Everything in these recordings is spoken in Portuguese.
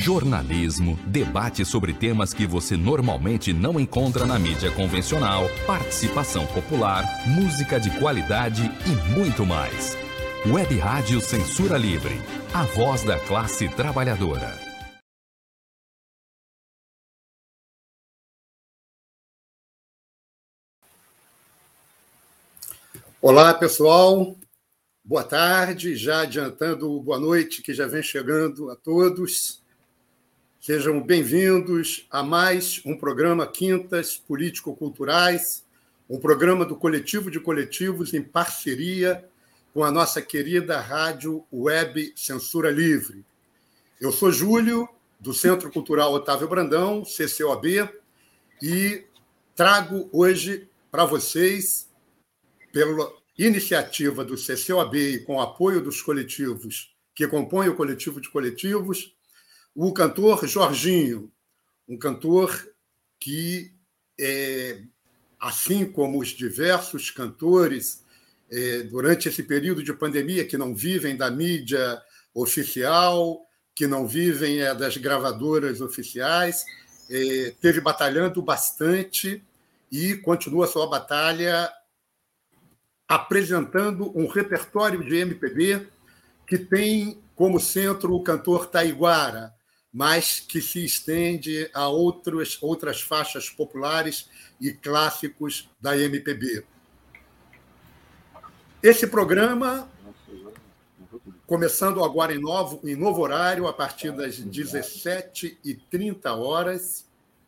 jornalismo, debate sobre temas que você normalmente não encontra na mídia convencional, participação popular, música de qualidade e muito mais. Web Rádio Censura Livre, a voz da classe trabalhadora. Olá, pessoal. Boa tarde. Já adiantando boa noite, que já vem chegando a todos. Sejam bem-vindos a mais um programa Quintas Político-Culturais, um programa do Coletivo de Coletivos em parceria com a nossa querida Rádio Web Censura Livre. Eu sou Júlio, do Centro Cultural Otávio Brandão, CCOB, e trago hoje para vocês, pela iniciativa do CCOB e com o apoio dos coletivos que compõem o Coletivo de Coletivos, o cantor Jorginho, um cantor que, assim como os diversos cantores, durante esse período de pandemia, que não vivem da mídia oficial, que não vivem das gravadoras oficiais, teve batalhando bastante e continua a sua batalha apresentando um repertório de MPB que tem como centro o cantor Taiguara, mas que se estende a outras faixas populares e clássicos da MPB. Esse programa, começando agora em novo horário, a partir das 17h30,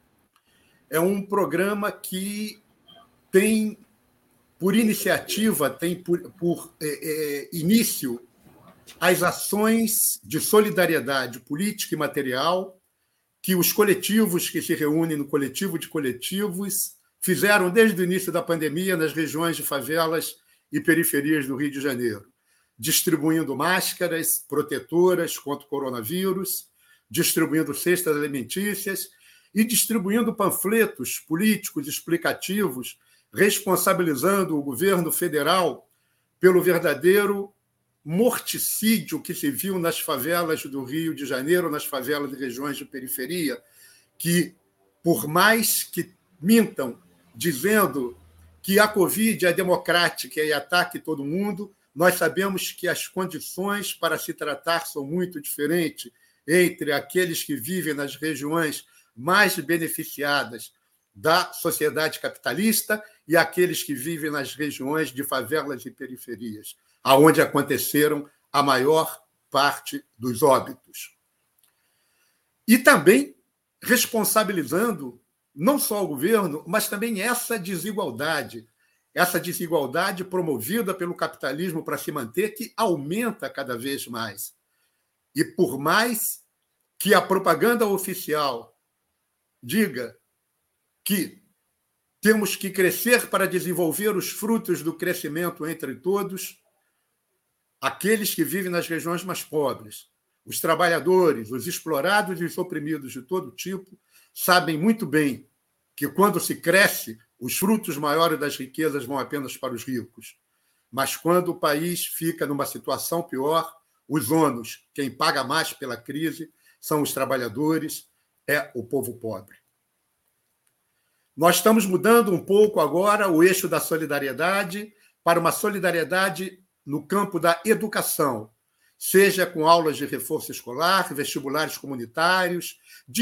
é um programa que tem, por iniciativa, tem por início as ações de solidariedade política e material que os coletivos que se reúnem no Coletivo de Coletivos fizeram desde o início da pandemia nas regiões de favelas e periferias do Rio de Janeiro, distribuindo máscaras protetoras contra o coronavírus, distribuindo cestas alimentícias e distribuindo panfletos políticos explicativos, responsabilizando o governo federal pelo verdadeiro morticídio que se viu nas favelas do Rio de Janeiro, nas favelas de regiões de periferia, que, por mais que mintam, dizendo que a Covid é democrática e ataque todo mundo, nós sabemos que as condições para se tratar são muito diferentes entre aqueles que vivem nas regiões mais beneficiadas da sociedade capitalista e aqueles que vivem nas regiões de favelas e periferias, aonde aconteceram a maior parte dos óbitos. E também responsabilizando não só o governo, mas também essa desigualdade promovida pelo capitalismo para se manter, que aumenta cada vez mais. E por mais que a propaganda oficial diga que temos que crescer para desenvolver os frutos do crescimento entre todos, aqueles que vivem nas regiões mais pobres, os trabalhadores, os explorados e os oprimidos de todo tipo, sabem muito bem que, quando se cresce, os frutos maiores das riquezas vão apenas para os ricos. Mas, quando o país fica numa situação pior, os ônus, quem paga mais pela crise, são os trabalhadores, é o povo pobre. Nós estamos mudando um pouco agora o eixo da solidariedade para uma solidariedade no campo da educação, seja com aulas de reforço escolar, vestibulares comunitários,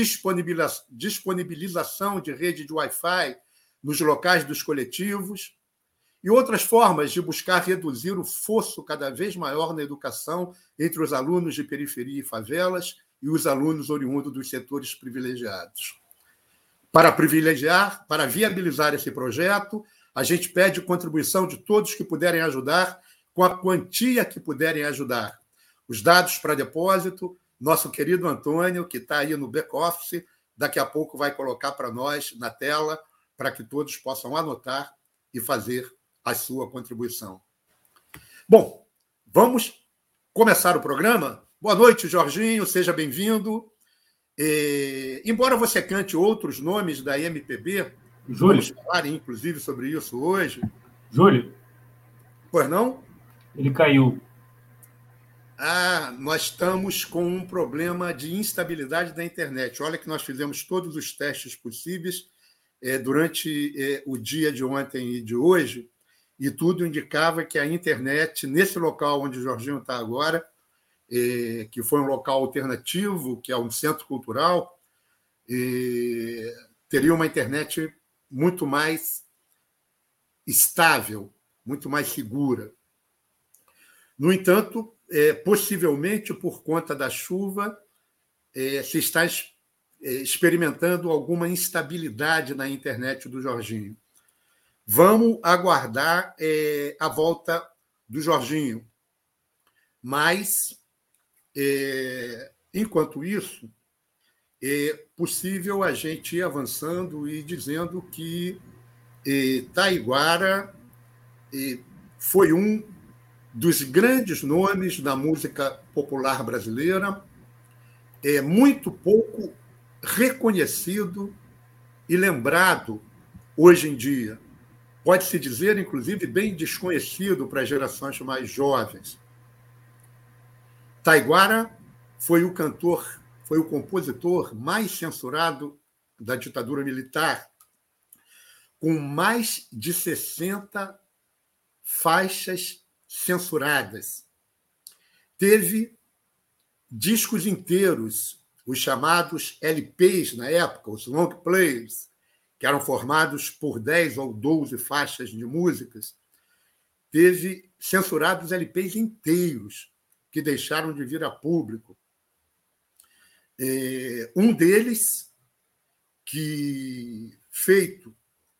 disponibilização de rede de Wi-Fi nos locais dos coletivos e outras formas de buscar reduzir o fosso cada vez maior na educação entre os alunos de periferia e favelas e os alunos oriundos dos setores privilegiados. Para viabilizar esse projeto, a gente pede contribuição de todos que puderem ajudar, com a quantia que puderem ajudar. Os dados para depósito, nosso querido Antônio, que está aí no back-office, daqui a pouco vai colocar para nós na tela, para que todos possam anotar e fazer a sua contribuição. Bom, vamos começar o programa? Boa noite, Jorginho, seja bem-vindo. Embora você cante outros nomes da MPB, Júlio, vamos falar, inclusive, sobre isso hoje. Júlio. Pois não? Ele caiu. Nós estamos com um problema de instabilidade da internet. Olha que nós fizemos todos os testes possíveis durante o dia de ontem e de hoje, e tudo indicava que a internet, nesse local onde o Jorginho está agora, que foi um local alternativo, que é um centro cultural, teria uma internet muito mais estável, muito mais segura. No entanto, possivelmente por conta da chuva, se está experimentando alguma instabilidade na internet do Jorginho. Vamos aguardar a volta do Jorginho. Mas, enquanto isso, é possível a gente ir avançando e dizendo que Taiguara foi um dos grandes nomes da música popular brasileira, muito pouco reconhecido e lembrado hoje em dia. Pode-se dizer, inclusive, bem desconhecido para as gerações mais jovens. Taiguara foi o cantor, foi o compositor mais censurado da ditadura militar, com mais de 60 faixas censuradas. Teve discos inteiros, os chamados LPs na época, os long plays, que eram formados por 10 ou 12 faixas de músicas. Teve censurados LPs inteiros, que deixaram de vir a público. Um deles, que feito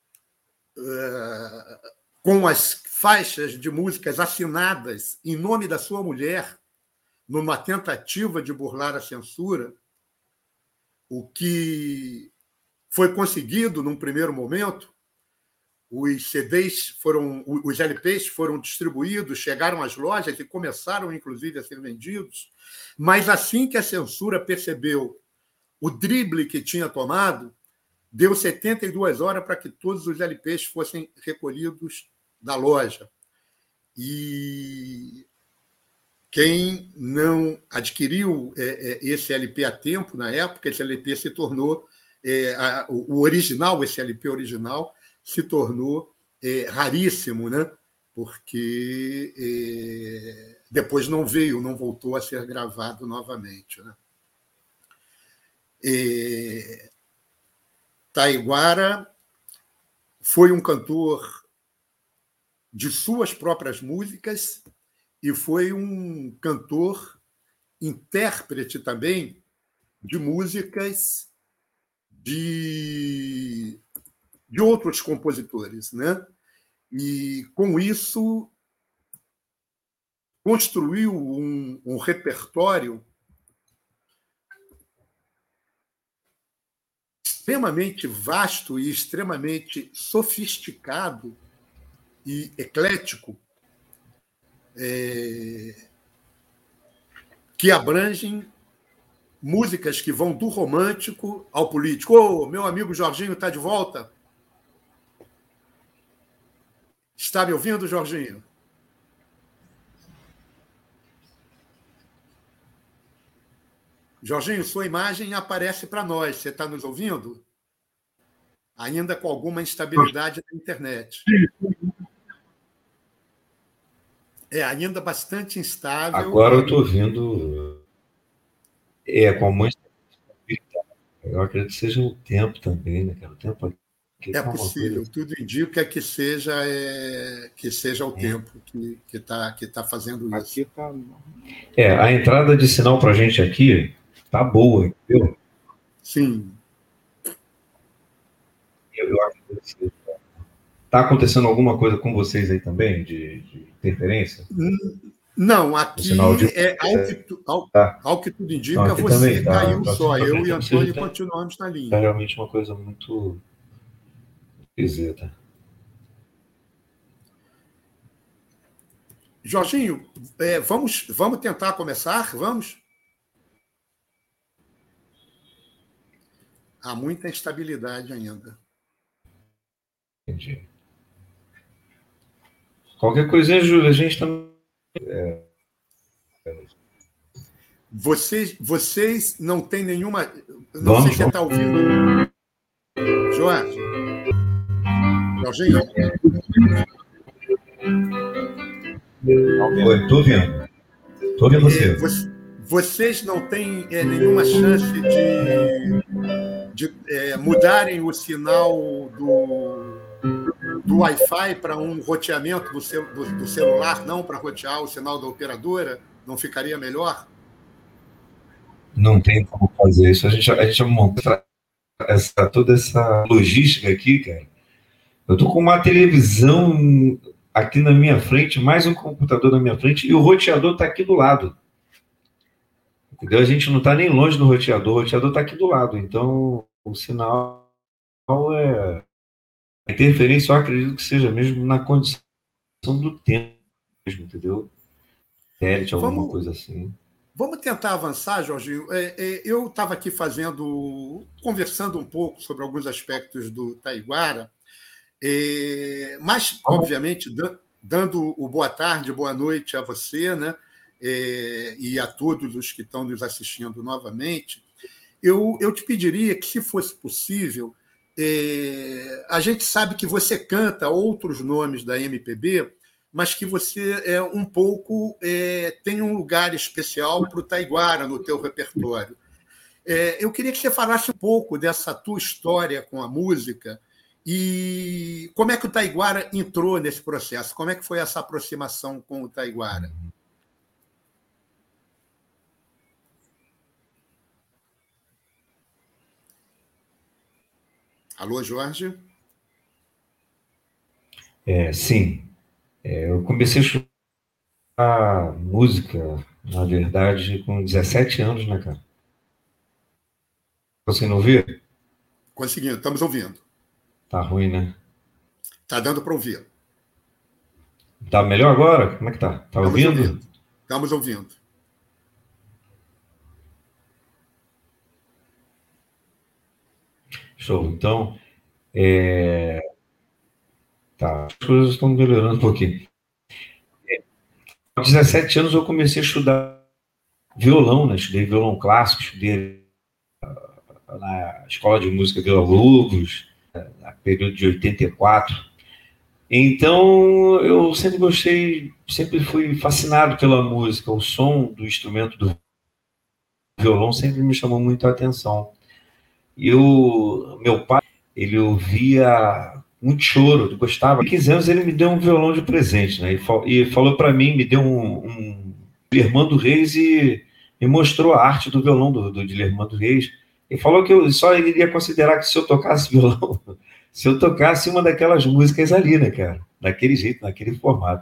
com as faixas de músicas assinadas em nome da sua mulher, numa tentativa de burlar a censura, o que foi conseguido num primeiro momento. Os CDs os LPs foram distribuídos, chegaram às lojas e começaram, inclusive, a ser vendidos. Mas assim que a censura percebeu o drible que tinha tomado, deu 72 horas para que todos os LPs fossem recolhidos da loja. E quem não adquiriu esse LP a tempo, na época, esse LP se tornou o original, esse LP original, se tornou raríssimo, né? Porque depois não voltou a ser gravado novamente. Né? Taiguara foi um cantor de suas próprias músicas e foi um cantor intérprete também de músicas de outros compositores, né? E, com isso, construiu um repertório extremamente vasto e extremamente sofisticado e eclético, que abrangem músicas que vão do romântico ao político. Ô, meu amigo Jorginho está de volta? Está me ouvindo, Jorginho? Jorginho, sua imagem aparece para nós. Você está nos ouvindo? Ainda com alguma instabilidade na internet. Ainda bastante instável. Agora eu estou ouvindo com uma instabilidade. Eu acredito que seja o tempo também, né, cara? O tempo aqui é possível, tudo indica que seja o tempo que está fazendo isso. Aqui tá... A entrada de sinal para a gente aqui tá boa, entendeu? Sim. Eu acho que está acontecendo alguma coisa com vocês aí também, de interferência? Não, aqui, ao que tudo indica, não, você caiu só. Eu e Antônio continuamos na linha. É realmente uma coisa muito esquisita. Jorginho, vamos tentar começar? Vamos? Há muita instabilidade ainda. Entendi. Qualquer coisinha, Júlia, a gente também... Vocês não têm nenhuma... Não Vamos, sei se você está ouvindo. Jorge? Jorginho? Oi, estou ouvindo. Estou ouvindo você. Vocês não têm nenhuma chance de mudarem o sinal do Wi-Fi para um roteamento do celular, não para rotear o sinal da operadora? Não ficaria melhor? Não tem como fazer isso. A gente vai montar toda essa logística aqui, cara. Eu estou com uma televisão aqui na minha frente, mais um computador na minha frente, e o roteador está aqui do lado. Entendeu? A gente não está nem longe do roteador, o roteador está aqui do lado. Então, o sinal é... A interferência, eu acredito que seja mesmo na condição do tempo mesmo, entendeu? Satélite, alguma coisa assim. Vamos tentar avançar, Jorginho. Eu estava aqui conversando um pouco sobre alguns aspectos do Taiguara, mas, obviamente, dando o boa tarde, boa noite a você, né? E a todos os que estão nos assistindo novamente, eu te pediria que, se fosse possível, a gente sabe que você canta outros nomes da MPB, mas que você um pouco tem um lugar especial para o Taiguara no teu repertório. Eu queria que você falasse um pouco dessa tua história com a música e como é que o Taiguara entrou nesse processo, como é que foi essa aproximação com o Taiguara? Alô, Jorge? Sim. Eu comecei a estudar música, na verdade, com 17 anos, né, cara? Conseguindo ouvir? Conseguindo, estamos ouvindo. Tá ruim, né? Tá dando para ouvir. Tá melhor agora? Como é que tá? Tá ouvindo? Estamos ouvindo. Show. Então, tá, as coisas estão melhorando um pouquinho. Aos 17 anos eu comecei a estudar violão, né? Estudei violão clássico, estudei na Escola de Música Vila Lobos, no período de 84. Então, eu sempre gostei, sempre fui fascinado pela música, o som do instrumento do violão sempre me chamou muito a atenção. E meu pai, ele ouvia muito choro, gostava. Com 15 anos ele me deu um violão de presente, né? E falou para mim, me deu um Guilhermando Reis e me mostrou a arte do violão do Guilhermando Reis. E falou que eu só iria considerar que se eu tocasse violão, se eu tocasse uma daquelas músicas ali, né, cara? Daquele jeito, naquele formato.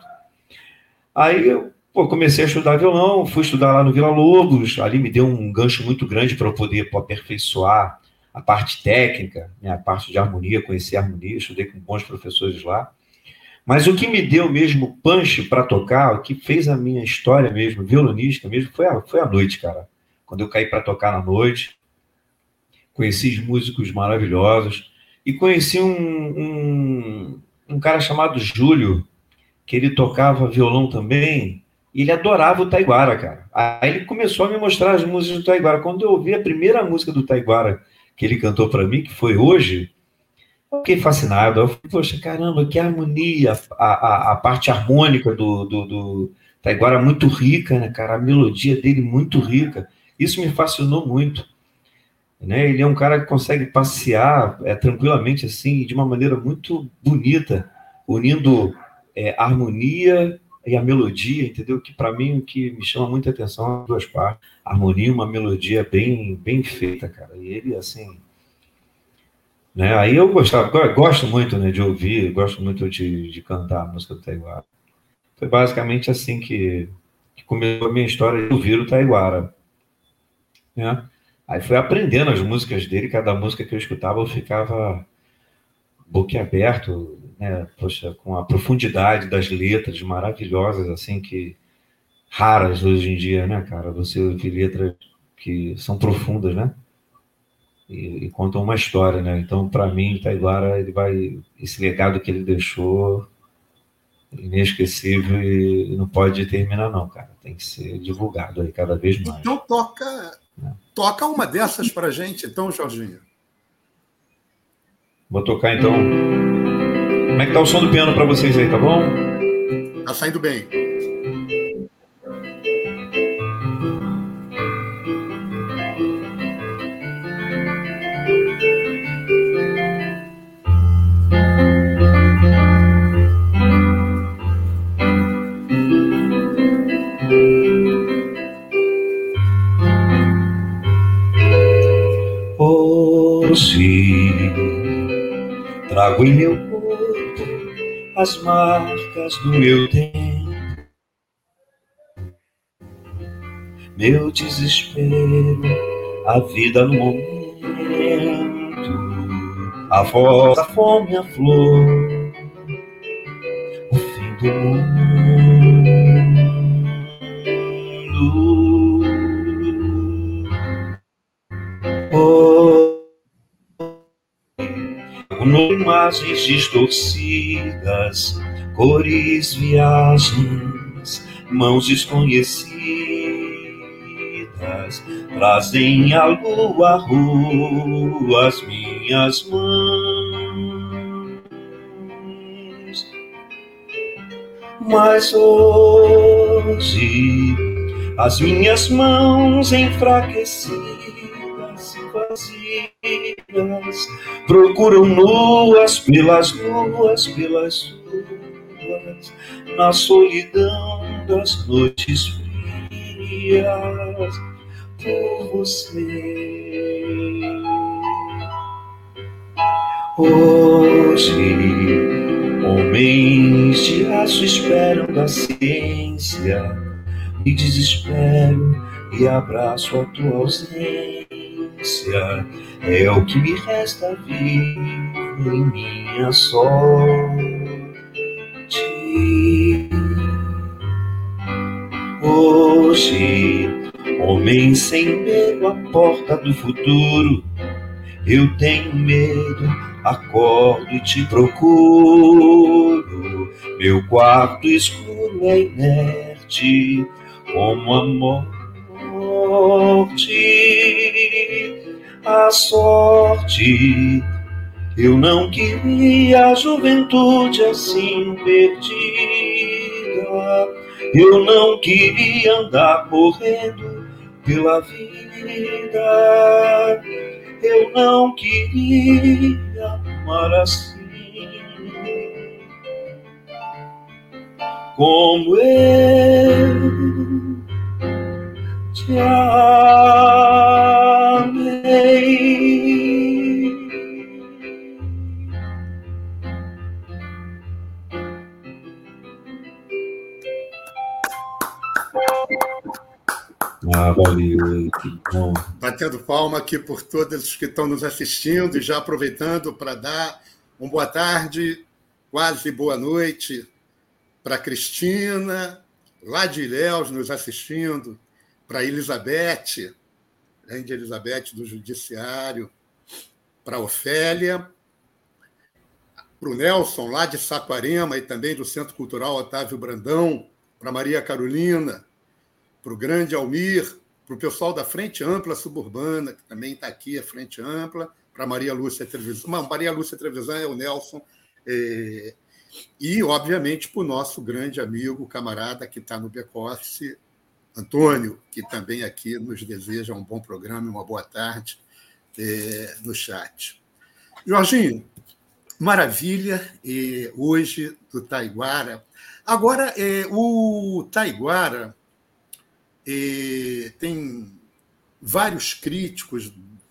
Aí eu comecei a estudar violão, fui estudar lá no Vila Lobos, ali me deu um gancho muito grande para eu poder aperfeiçoar a parte técnica, né, a parte de harmonia, conhecer a harmonia, estudei com bons professores lá. Mas o que me deu mesmo punch para tocar, o que fez a minha história mesmo, violonista mesmo, foi a noite, cara. Quando eu caí para tocar na noite, conheci músicos maravilhosos e conheci um cara chamado Júlio, que ele tocava violão também, e ele adorava o Taiguara, cara. Aí ele começou a me mostrar as músicas do Taiguara. Quando eu ouvi a primeira música do Taiguara que ele cantou para mim, que foi Hoje, eu fiquei fascinado. Eu falei, poxa, caramba, que harmonia, a parte harmônica do Taiguara muito rica, né, cara? A melodia dele muito rica. Isso me fascinou muito. Né? Ele é um cara que consegue passear tranquilamente, assim, de uma maneira muito bonita, unindo a harmonia e a melodia, entendeu? Que para mim o que me chama muita atenção são as duas partes. A harmonia e uma melodia bem feita, cara. E ele, assim... Né? Aí eu gosto muito, né, de ouvir, gosto muito de cantar a música do Taiguara. Foi basicamente assim que começou a minha história de ouvir o Taiguara. Né? Aí fui aprendendo as músicas dele, cada música que eu escutava eu ficava boquiaberto, né? Poxa, com a profundidade das letras maravilhosas, assim, que raras hoje em dia, né, cara? Você ouvir letras que são profundas, né? E contam uma história, né? Então, para mim, Taiguara, esse legado que ele deixou inesquecível e não pode terminar, não, cara. Tem que ser divulgado aí cada vez mais. Então toca uma dessas pra gente, então, Jorginho. Vou tocar, então. Como é que tá o som do piano para vocês aí, tá bom? Tá saindo bem. Hoje trago em meu corpo as marcas do meu tempo, meu desespero, a vida no momento, a voz, a fome, a flor, o fim do mundo. Imagens distorcidas, cores, viagens, mãos desconhecidas, trazem a lua, a rua, as minhas mãos. Mas hoje as minhas mãos enfraquecidas e vazias procuram nuas pelas ruas, na solidão das noites frias, por você. Hoje, homens de aço esperam da ciência, me desespero e abraço a tua ausência. É o que me resta vivo em minha sorte. Hoje, homem sem medo à porta do futuro, eu tenho medo, acordo e te procuro. Meu quarto escuro é inerte como a morte. A sorte, eu não queria a juventude assim perdida. Eu não queria andar correndo pela vida. Eu não queria amar assim como eu te amei. Valeu, que bom. Batendo palma aqui por todos que estão nos assistindo e já aproveitando para dar uma boa tarde, quase boa noite para Cristina, lá de Ilhéus nos assistindo, para Elizabeth, grande Elizabeth do Judiciário, para Ofélia, para o Nelson, lá de Saquarema e também do Centro Cultural Otávio Brandão, para Maria Carolina, para o grande Almir, para o pessoal da Frente Ampla Suburbana, que também está aqui, a Frente Ampla, para Maria Lúcia Trevisan. Não, Maria Lúcia Trevisan é o Nelson. E, obviamente, para o nosso grande amigo, camarada que está no back-office, Antônio, que também aqui nos deseja um bom programa e uma boa tarde no chat. Jorginho, maravilha, hoje do Taiguara. Agora, o Taiguara tem vários críticos,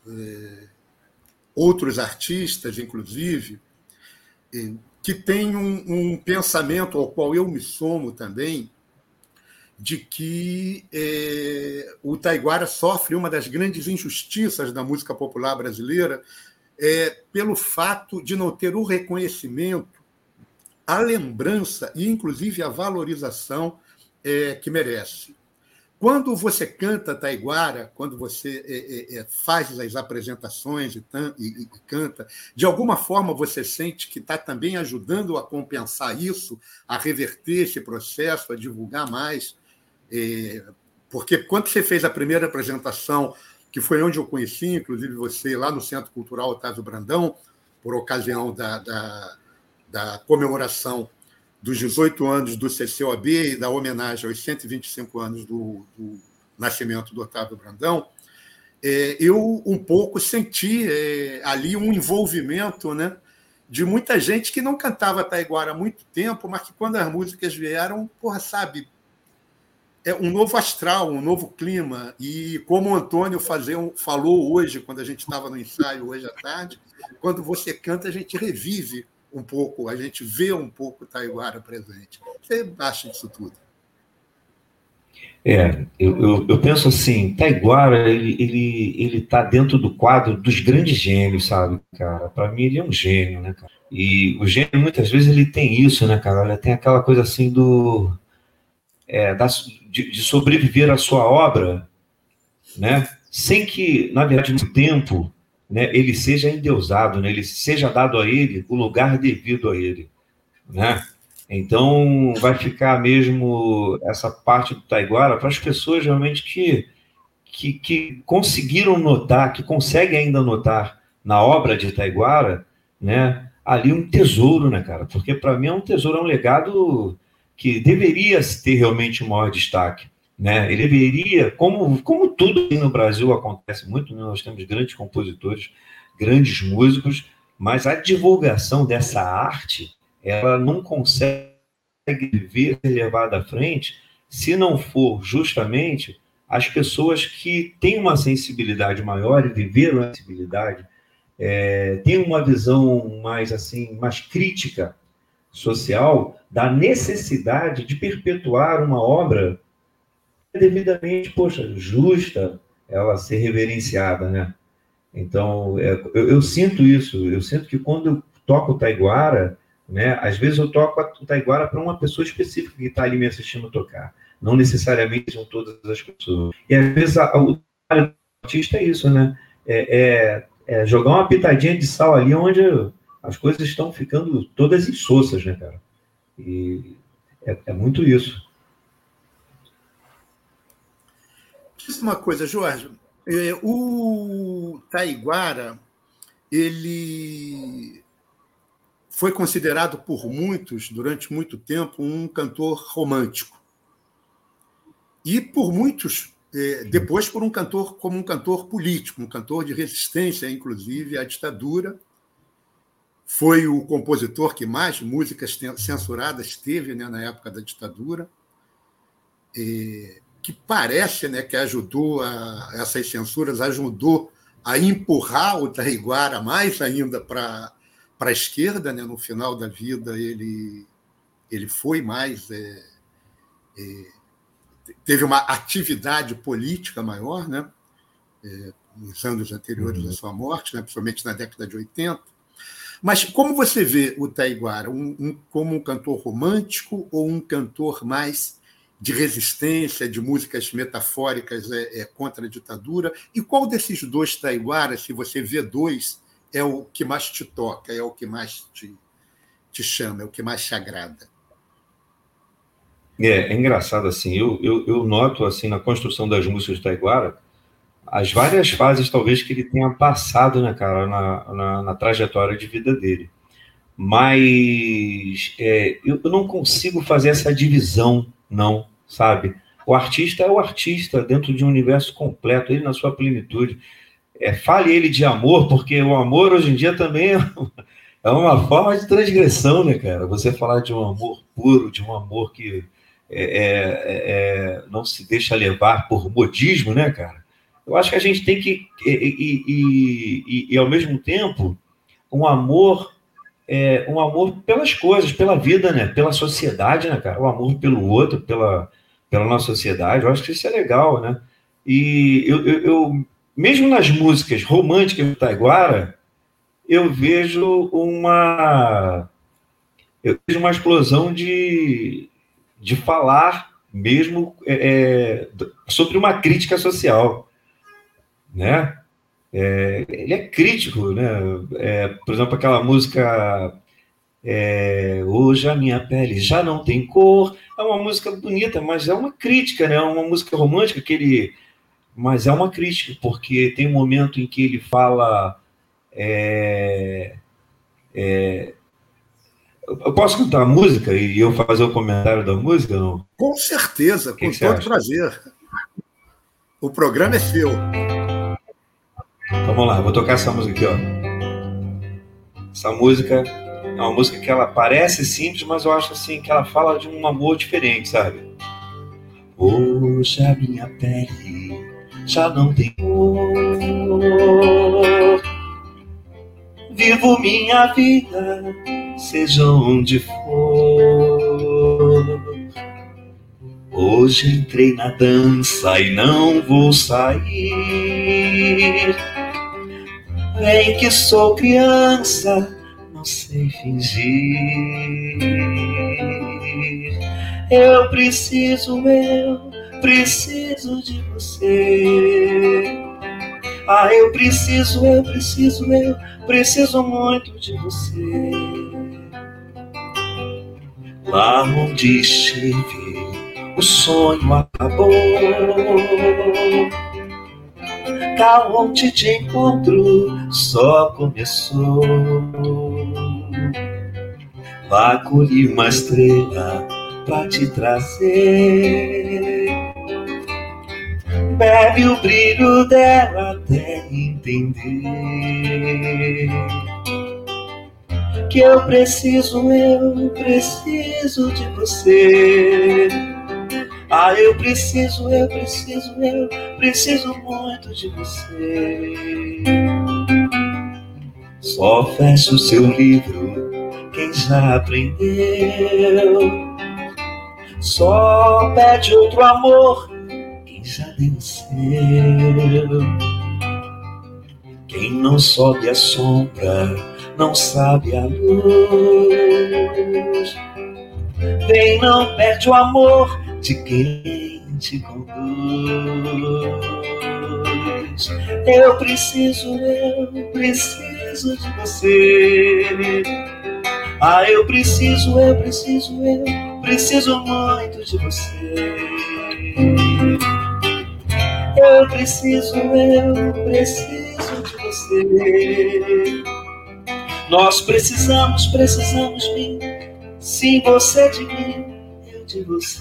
outros artistas, inclusive, que têm um pensamento ao qual eu me somo também, de que o Taiguara sofre uma das grandes injustiças da música popular brasileira pelo fato de não ter o reconhecimento, a lembrança e, inclusive, a valorização que merece. Quando você canta taiguara, quando você faz as apresentações e canta, de alguma forma você sente que está também ajudando a compensar isso, a reverter esse processo, a divulgar mais? Porque quando você fez a primeira apresentação, que foi onde eu conheci, inclusive você, lá no Centro Cultural Otávio Brandão, por ocasião da comemoração dos 18 anos do CCOB e da homenagem aos 125 anos do nascimento do Otávio Brandão, eu um pouco senti ali um envolvimento, né, de muita gente que não cantava taiguara há muito tempo, mas que quando as músicas vieram, sabe, um novo astral, um novo clima. E como o Antônio falou hoje, quando a gente estava no ensaio hoje à tarde, quando você canta, a gente revive um pouco, a gente vê um pouco o taiguara presente. Você acha disso tudo? Eu penso assim, taiguara, ele tá dentro do quadro dos grandes gênios, sabe, cara? Para mim ele é um gênio, né, cara? E o gênio, muitas vezes, ele tem isso, né, cara? Ele tem aquela coisa assim de sobreviver à sua obra, né? Sem que, na verdade, no tempo, né, ele seja endeusado, né? Ele seja dado a ele o lugar devido a ele, né? Então, vai ficar mesmo essa parte do taiguara para as pessoas realmente que conseguiram notar, que conseguem ainda notar na obra de taiguara, né, ali um tesouro, né, cara? Porque para mim é um tesouro, é um legado que deveria ter realmente um maior destaque, né? Ele deveria, como tudo no Brasil acontece muito, né? Nós temos grandes compositores, grandes músicos, mas a divulgação dessa arte, ela não consegue ser levada à frente se não for justamente as pessoas que têm uma sensibilidade maior e viveram a sensibilidade, têm uma visão mais assim, mais crítica social da necessidade de perpetuar uma obra devidamente, justa ela ser reverenciada, né? Então, eu sinto isso, eu sinto que quando eu toco o taiguara, né, às vezes eu toco o taiguara para uma pessoa específica que está ali me assistindo tocar, não necessariamente são todas as pessoas. E às vezes o trabalho do artista é isso, né? Jogar uma pitadinha de sal ali onde as coisas estão ficando todas insossas, né, cara? E é muito isso. Diz uma coisa, Jorge. O taiguara, ele foi considerado por muitos, durante muito tempo, um cantor romântico. E por muitos, depois, como um cantor político, um cantor de resistência, inclusive, à ditadura. Foi o compositor que mais músicas censuradas teve, né, na época da ditadura. Que parece, né, que essas censuras ajudou a empurrar o taiguara mais ainda para a esquerda, né? No final da vida ele foi mais teve uma atividade política maior, né? Nos anos anteriores à sua morte, né? Principalmente na década de 80. Mas como você vê o taiguara? Como um cantor romântico ou um cantor mais de resistência, de músicas metafóricas contra a ditadura? E qual desses dois taiguaras, se você vê dois, é o que mais te toca, é o que mais te chama, é o que mais te agrada? É engraçado, assim, eu noto, assim, na construção das músicas do taiguara, as várias fases, talvez, que ele tenha passado, né, cara, na trajetória de vida dele. Mas eu não consigo fazer essa divisão, não, sabe? O artista é o artista dentro de um universo completo, ele na sua plenitude. Fale ele de amor, porque o amor hoje em dia também é uma forma de transgressão, né, cara? Você falar de um amor puro, de um amor que não se deixa levar por modismo, né, cara? Eu acho que a gente tem que, e ao mesmo tempo, um amor pelas coisas, pela vida, né? Pela sociedade, né, cara? O amor pelo outro, pela nossa sociedade. Eu acho que isso é legal, né? E eu mesmo nas músicas românticas do taiguara, eu vejo uma explosão de falar, mesmo sobre uma crítica social, né? Ele é crítico, né? Por exemplo, aquela música Hoje a Minha Pele Já Não Tem Cor, é uma música bonita, mas é uma crítica, né? É uma música romântica mas é uma crítica, porque tem um momento em que ele fala eu posso cantar a música e eu fazer o comentário da música? Não? Com certeza, com que todo prazer. O programa é seu. Então vamos lá, vou tocar essa música aqui, ó. Essa música é uma música que ela parece simples, mas eu acho assim que ela fala de um amor diferente, sabe? Hoje a minha pele já não tem cor, vivo minha vida, seja onde for. Hoje entrei na dança e não vou sair. Vem que sou criança, não sei fingir. Eu preciso de você. Ah, eu preciso muito de você. Lá onde estive, o sonho acabou. Cá onde te encontro, só começou. Vá colher uma estrela pra te trazer. Bebe o brilho dela até entender que eu preciso de você. Ah, eu preciso muito de você. Só feche o seu livro, quem já aprendeu. Só pede outro amor, quem já deu o seu. Quem não sobe a sombra, não sabe a luz. Quem não perde o amor de quem te conduz. Eu preciso de você. Ah, eu preciso muito de você. Eu preciso de você. Nós precisamos mim. Sim, você de mim, eu de você.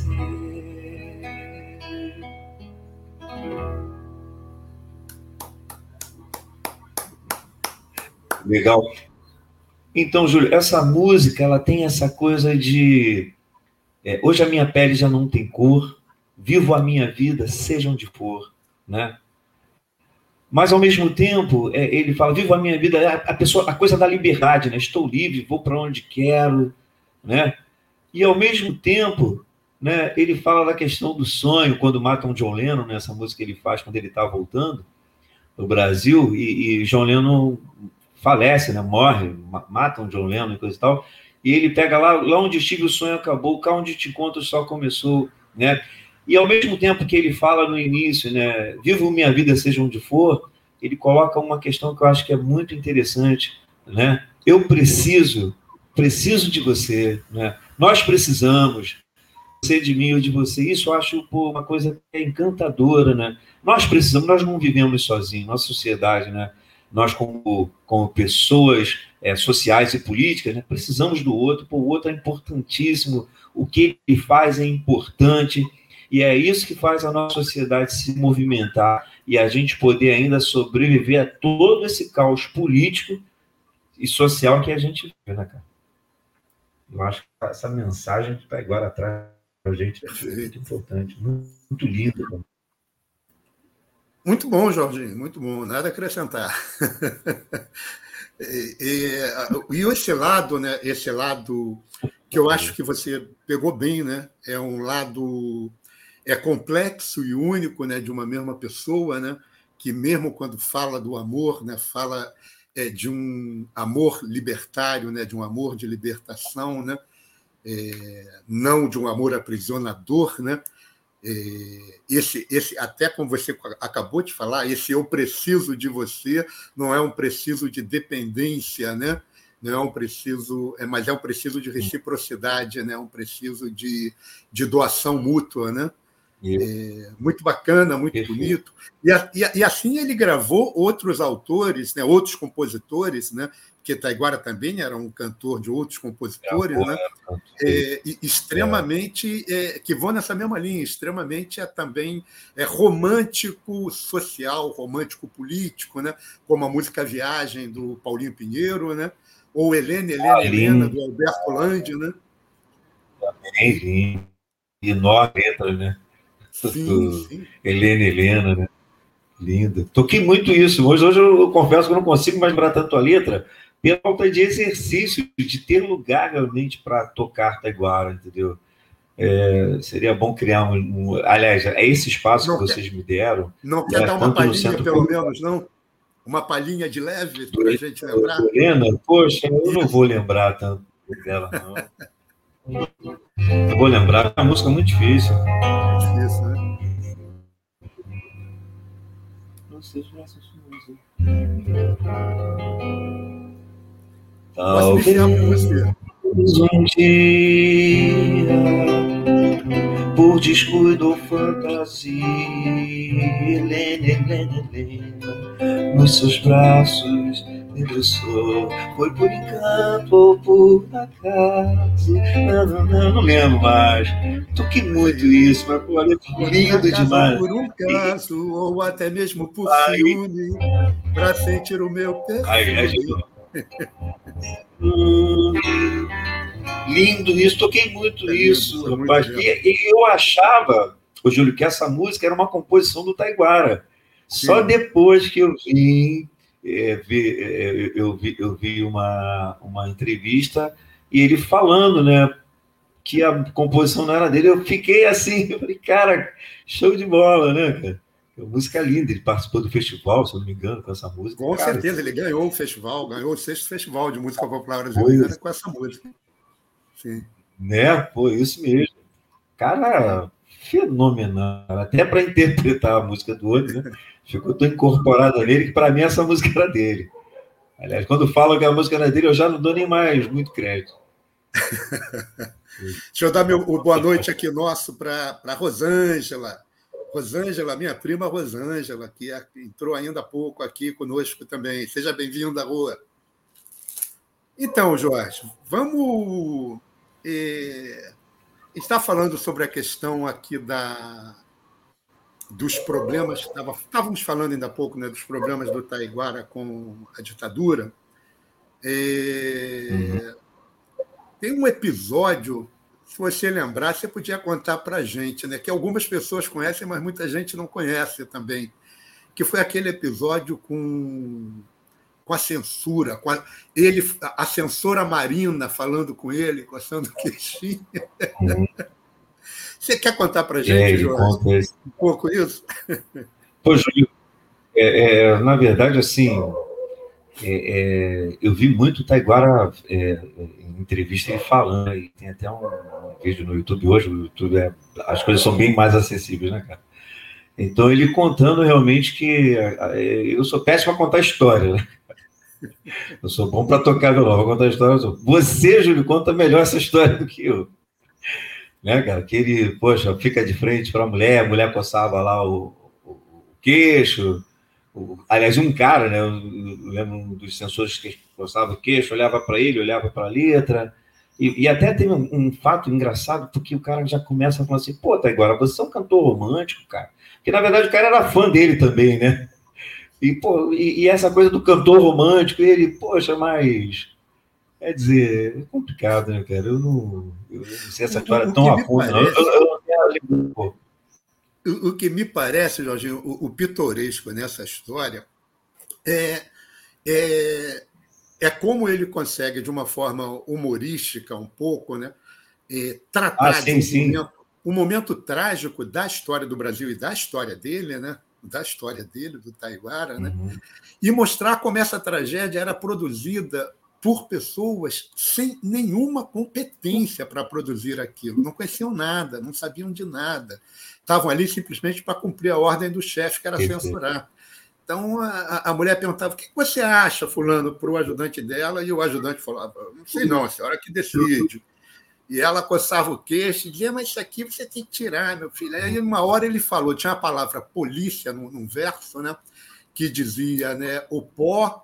Legal. Então, Júlio, essa música, ela tem essa coisa de hoje a minha pele já não tem cor, vivo a minha vida, seja onde for, né? Mas, ao mesmo tempo, ele fala, vivo a minha vida, a coisa da liberdade, né? Estou livre, vou para onde quero, né? E, ao mesmo tempo, né, ele fala da questão do sonho, quando matam John Lennon, nessa música que ele faz quando ele está voltando no Brasil, e John Lennon falece, né, morre, matam John Lennon e coisa e tal, e ele pega lá onde estive o sonho acabou, cá onde te encontro só começou, né? E ao mesmo tempo que ele fala no início, né, vivo minha vida seja onde for, ele coloca uma questão que eu acho que é muito interessante, né? Eu preciso de você, né? Nós precisamos, você de mim ou de você. Isso eu acho uma coisa que é encantadora, né? Nós precisamos, nós não vivemos sozinhos, nossa sociedade, né? Nós como pessoas sociais e políticas, né, precisamos do outro, o outro é importantíssimo, o que ele faz é importante, e é isso que faz a nossa sociedade se movimentar e a gente poder ainda sobreviver a todo esse caos político e social que a gente vê, né, cara? Eu acho que essa mensagem que está agora atrás da gente é muito importante, muito linda. Muito bom, Jorginho, muito bom, nada a acrescentar. E esse lado, né, esse lado que eu acho que você pegou bem, né, é um lado complexo e único, né, de uma mesma pessoa, né, que mesmo quando fala do amor, né, fala de um amor libertário, né, de um amor de libertação, né, não de um amor aprisionador, né, Até como você acabou de falar, esse eu preciso de você não é um preciso de dependência, né? Não é um preciso, mas é um preciso de reciprocidade, né? Um preciso de doação mútua, né? Muito bacana, muito bonito. E assim ele gravou outros autores, né? Outros compositores, né? Porque Taiguara também era um cantor de outros compositores, né? Extremamente que vão nessa mesma linha, extremamente também romântico social, romântico político, né? Como a música Viagem do Paulinho Pinheiro, né? Ou Helena do Alberto Landi, né? Também e nove letras, né? Sim. Helena, né? Linda. Toquei muito isso. Hoje eu confesso que eu não consigo mais lembrar tanto a letra pela falta de exercício, de ter lugar realmente para tocar Taiguara, entendeu? Seria bom criar aliás, é esse espaço que vocês me deram. Não quer dar uma palhinha, pelo menos, não? Uma palhinha de leve para a gente lembrar? Helena? Poxa, eu não vou lembrar tanto dela, não. Não vou lembrar. É uma música muito difícil. Difícil, né? Não sei se essa música. Posso iniciar com você. Um dia, por descuido ou fantasia, Helena, nos seus braços me abraçou. Foi por encanto ou por acaso? Não lembro mais. Toquei muito isso, mas pô, é lindo demais. Por um caso, ou até mesmo por ciúme, para sentir o meu perfume. Lindo isso, toquei muito isso, rapaz. E eu achava, Júlio, que essa música era uma composição do Taiguara. Só depois que eu vim eu vi uma entrevista e ele falando, né, que a composição não era dele. Eu fiquei assim, eu falei, cara, show de bola, né, cara? Música linda, ele participou do festival, se eu não me engano, com essa música. Com certeza, ele ganhou o festival, ganhou o 6º Festival de Música Popular Brasileira com essa música. Sim. Né? Pô, isso mesmo. Cara, fenomenal. Até para interpretar a música do outro, né? Ficou tão incorporada nele que para mim essa música era dele. Aliás, quando falam que a música era dele, eu já não dou nem mais muito crédito. Deixa eu dar o boa noite aqui nosso para Rosângela. Rosângela, minha prima Rosângela, que entrou ainda há pouco aqui conosco também. Seja bem-vinda, Rua. Então, Jorge, vamos estar falando sobre a questão aqui dos problemas. Estávamos falando ainda há pouco, né, dos problemas do Taiguara com a ditadura. Tem um episódio, se você lembrar, você podia contar para a gente, né, que algumas pessoas conhecem, mas muita gente não conhece também, que foi aquele episódio com a censura, a censora Marina falando com ele, coçando o queixinho. Você quer contar para a gente, Jorge, um pouco isso? Pô, Júlio, na verdade, assim, eu vi muito o Taiguara em entrevista ele falando, e tem até um vídeo no YouTube hoje, o YouTube as coisas são bem mais acessíveis, né, cara? Então, ele contando realmente que eu sou péssimo para contar história, né? Eu sou bom para tocar violão, vou contar a história. Você, Júlio, conta melhor essa história do que eu. Né, cara? Que ele, poxa, fica de frente para a mulher coçava lá o queixo. Aliás, um cara, né? Eu lembro um dos censores que coçava o queixo, olhava para ele, olhava para a letra. E até tem um fato engraçado, porque o cara já começa a falar assim: pô, Taiguara, você é um cantor romântico, cara. Porque, na verdade, o cara era fã dele também, né? E essa coisa do cantor romântico, ele, poxa, mas... Quer dizer, é complicado, né, cara? Eu não sei essa história tão a fundo, não. O que me parece, Jorginho, o pitoresco nessa história é como ele consegue, de uma forma humorística, um pouco, né, tratar de um momento trágico da história do Brasil e da história dele, né? Da história dele, do Taiguara, né? E mostrar como essa tragédia era produzida por pessoas sem nenhuma competência para produzir aquilo. Não conheciam nada, não sabiam de nada. Estavam ali simplesmente para cumprir a ordem do chefe, que era censurar. Então, a mulher perguntava: o que você acha, fulano, para o ajudante dela, e o ajudante falava: não sei não, a senhora que decide. E ela coçava o queixo e dizia: mas isso aqui você tem que tirar, meu filho. Aí, uma hora, ele falou, tinha a palavra polícia num verso, né, que dizia, né, o pó,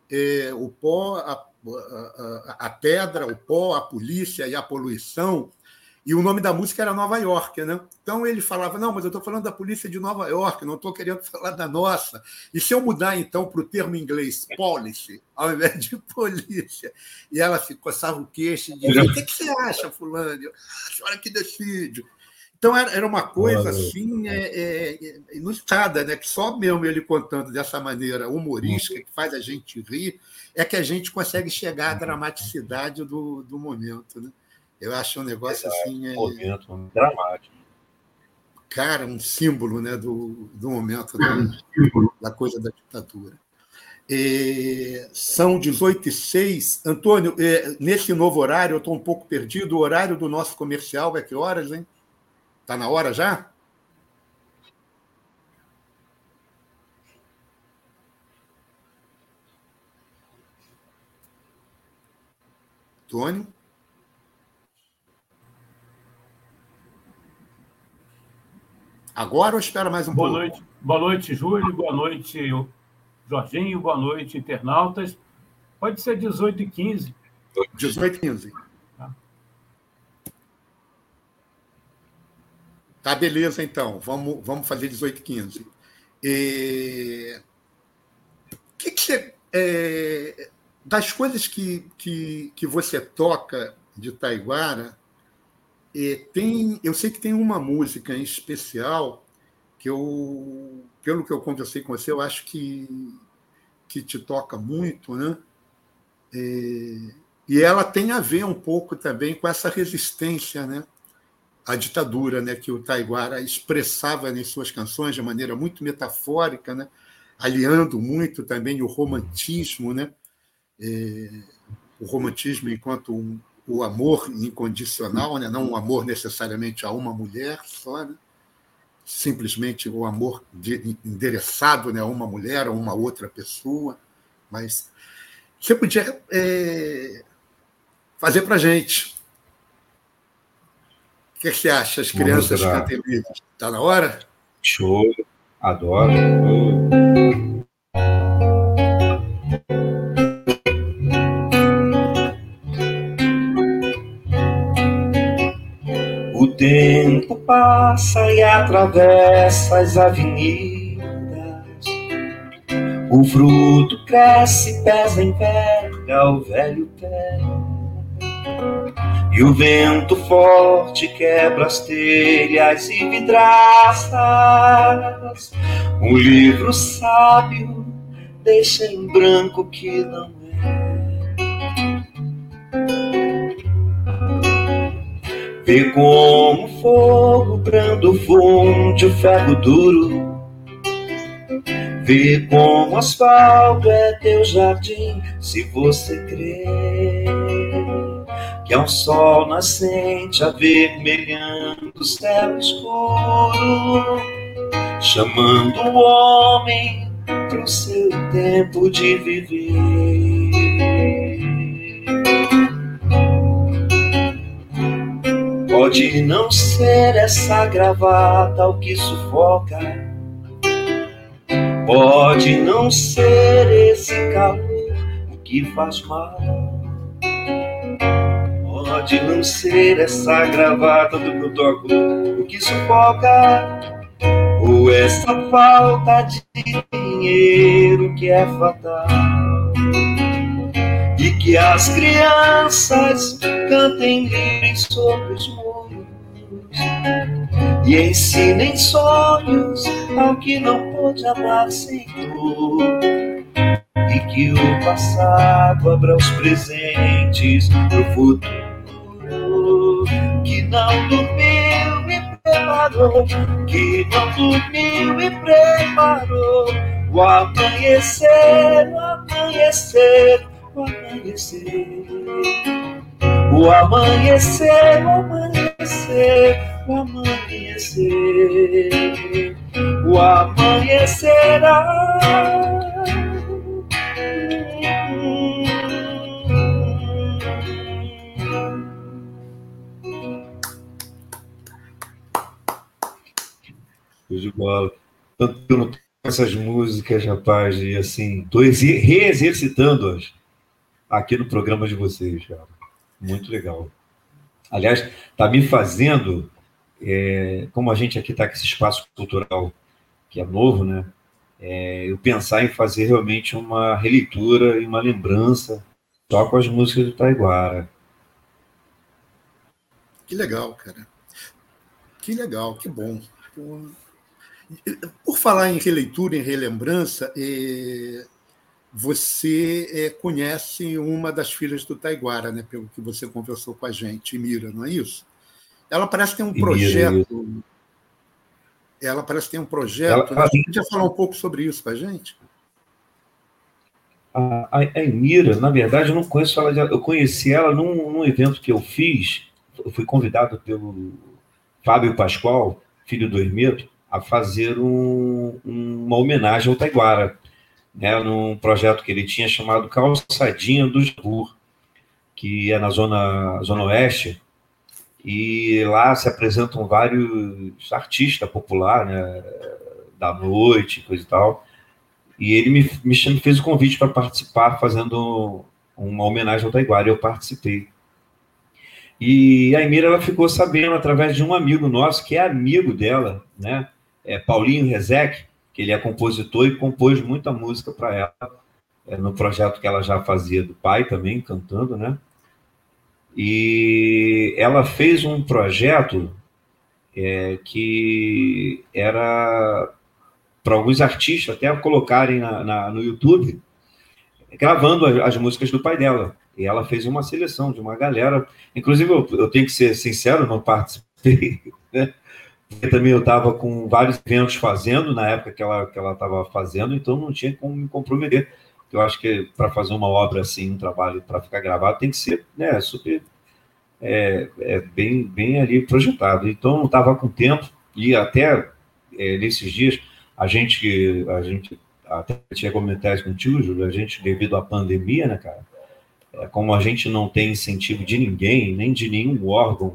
a pedra, o pó, a polícia e a poluição. E o nome da música era Nova York, né? Então ele falava: não, mas eu estou falando da polícia de Nova York, não estou querendo falar da nossa. E se eu mudar, então, para o termo em inglês policy, ao invés de polícia? E ela se coçava o queixo e dizia: o que você acha, fulano? A senhora que decide. Então era uma coisa assim inusitada, né? Que só mesmo ele contando dessa maneira humorística, que faz a gente rir, é que a gente consegue chegar à dramaticidade do momento, né? Eu acho um negócio assim. Um momento dramático. Cara, um símbolo, né, do momento da coisa da ditadura. São 18h06. Antônio, nesse novo horário, eu estou um pouco perdido. O horário do nosso comercial é que horas, hein? Está na hora já? Antônio? Agora ou espera mais um pouco? Boa noite, Júlio. Boa noite, Jorginho. Boa noite, internautas. Pode ser 18h15. 18h15. Tá, beleza, então. Vamos fazer 18h15. O que você... das coisas que você toca de Taiguara, eu sei que tem uma música em especial que pelo que eu conversei com você, eu acho que te toca muito, né? E ela tem a ver um pouco também com essa resistência, né, à ditadura, né, que o Taiguara expressava nas suas canções de maneira muito metafórica, né, aliando muito também o romantismo, né, o romantismo enquanto o amor incondicional, né? Não um amor necessariamente a uma mulher só, né? Simplesmente o amor endereçado, né, a uma mulher, a uma outra pessoa. Mas você podia fazer para a gente. O que você acha? As crianças cantem livros. Está na hora? Show, adoro. O tempo passa e atravessa as avenidas. O fruto cresce, pesa, enverga o velho pé. E o vento forte quebra as telhas e vidraças. Um livro sábio deixa em branco o que não é. Vê como o fogo brando funde o ferro duro. Vê como o asfalto é teu jardim, se você crê que é um sol nascente avermelhando o céu escuro, chamando o homem pro seu tempo de viver. Pode não ser essa gravata o que sufoca, pode não ser esse calor o que faz mal, pode não ser essa gravata do que eu toco o que sufoca, ou essa falta de dinheiro que é fatal. E que as crianças cantem livres sobre os muros e ensinem sonhos ao que não pôde amar sem dor. E que o passado abra os presentes pro futuro. Que não dormiu e preparou, que não dormiu e preparou o amanhecer, o amanhecer, o amanhecer. o amanhecer, o amanhecer, o amanhecer, o amanhecerá. De bola. Tanto que eu não tenho essas músicas, rapaz, e assim, estou reexercitando-as aqui no programa de vocês, cara. Muito legal. Aliás, está me fazendo, como a gente aqui está com esse espaço cultural que é novo, né? Eu pensar em fazer realmente uma releitura e uma lembrança só com as músicas do Taiguara. Que legal, cara. Que legal, que bom. Por falar em releitura, em relembrança, você conhece uma das filhas do Taiguara, né? Pelo que você conversou com a gente, Mira, não é isso? Ela parece ter um projeto. Ela parece ter um projeto. Você podia falar um pouco sobre isso para a gente? A Emira, na verdade, eu não conheço ela. Eu conheci ela num evento que eu fiz. Eu fui convidado pelo Fábio Pascoal, filho do Hermeto, a fazer uma homenagem ao Taiguara, né, num projeto que ele tinha chamado Calçadinha do Jabur, que é na zona oeste, e lá se apresentam vários artistas populares, né, da noite, coisa e tal, e ele me fez o convite para participar, fazendo uma homenagem ao Taiguara, e eu participei. E a Emira, ela ficou sabendo através de um amigo nosso, que é amigo dela, né? Paulinho Rezec, que ele é compositor e compôs muita música para ela, no projeto que ela já fazia do pai também, cantando, né? E ela fez um projeto que era para alguns artistas até colocarem no YouTube, gravando as músicas do pai dela. E ela fez uma seleção de uma galera. Inclusive, eu tenho que ser sincero, não participei, né? Porque também eu estava com vários eventos fazendo, na época que ela estava fazendo, então não tinha como me comprometer. Eu acho que para fazer uma obra assim, um trabalho para ficar gravado, tem que ser, né, super bem ali projetado. Então não estava com tempo, e até nesses dias, a gente até tinha comentado isso contigo, Júlio, a gente, devido à pandemia, né, cara, como a gente não tem incentivo de ninguém, nem de nenhum órgão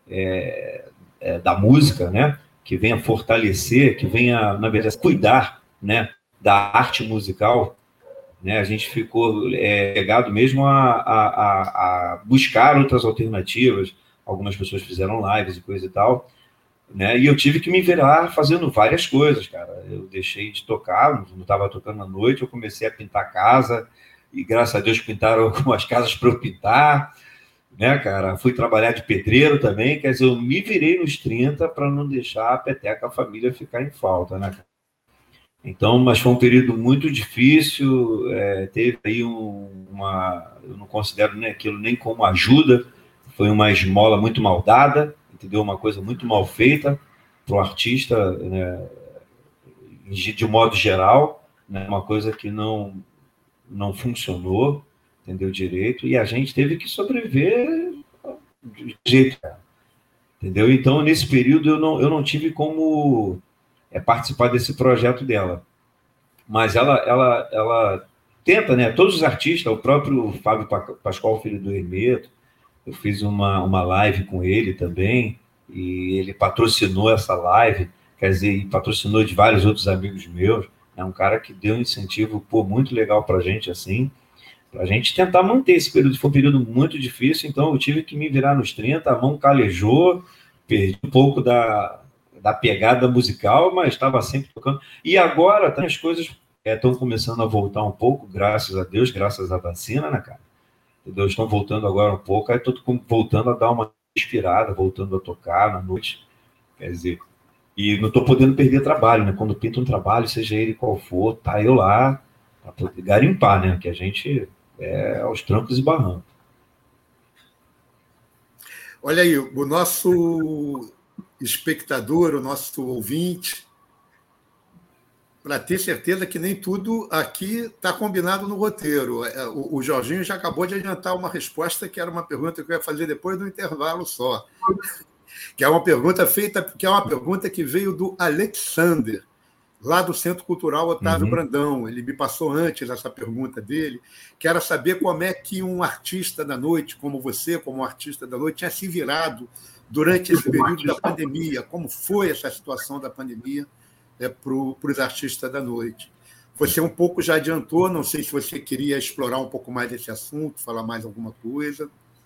da música, né, que venha fortalecer, que venha, na verdade, cuidar, né, da arte musical, né, a gente ficou pegado mesmo a buscar outras alternativas. Algumas pessoas fizeram lives e coisa e tal, né, e eu tive que me virar fazendo várias coisas, cara. Eu deixei de tocar, não estava tocando à noite, eu comecei a pintar casa, e graças a Deus pintaram algumas casas para eu pintar, né, cara? Fui trabalhar de pedreiro também, quer dizer, eu me virei nos 30 para não deixar a peteca, a família ficar em falta, né, cara? Então, mas foi um período muito difícil, teve aí eu não considero nem aquilo nem como ajuda, foi uma esmola muito mal dada, entendeu? Uma coisa muito mal feita para o artista, né, de modo geral, né, uma coisa que não funcionou, entendeu, direito, e a gente teve que sobreviver de jeito, entendeu? Então, nesse período, eu não tive como participar desse projeto dela. Mas ela tenta, né? Todos os artistas, o próprio Fábio Pascoal, filho do Hermeto, eu fiz uma live com ele também, e ele patrocinou essa live, quer dizer, e patrocinou de vários outros amigos meus. É um cara que deu um incentivo muito legal para a gente, assim, para a gente tentar manter esse período. Foi um período muito difícil, então eu tive que me virar nos 30, a mão calejou, perdi um pouco da pegada musical, mas estava sempre tocando. E agora as coisas estão começando a voltar um pouco, graças a Deus, graças à vacina, né, cara? Entendeu? Estão voltando agora um pouco, aí estou voltando a dar uma inspirada, voltando a tocar na noite, quer dizer, e não estou podendo perder trabalho, né? Quando pinta um trabalho, seja ele qual for, tá eu lá para poder garimpar, né? Que a gente aos trancos e barrancos. Olha aí, o nosso espectador, o nosso ouvinte, para ter certeza que nem tudo aqui está combinado no roteiro. O Jorginho já acabou de adiantar uma resposta que era uma pergunta que eu ia fazer depois do intervalo só, que é uma pergunta que veio do Alexander, lá do Centro Cultural Otávio Brandão. Ele me passou antes essa pergunta dele, que era saber como é que um artista da noite, como você, como um artista da noite, tinha se virado durante esse período da pandemia, como foi essa situação da pandemia para os artistas da noite. Você um pouco já adiantou, não sei se você queria explorar um pouco mais esse assunto, falar mais alguma coisa.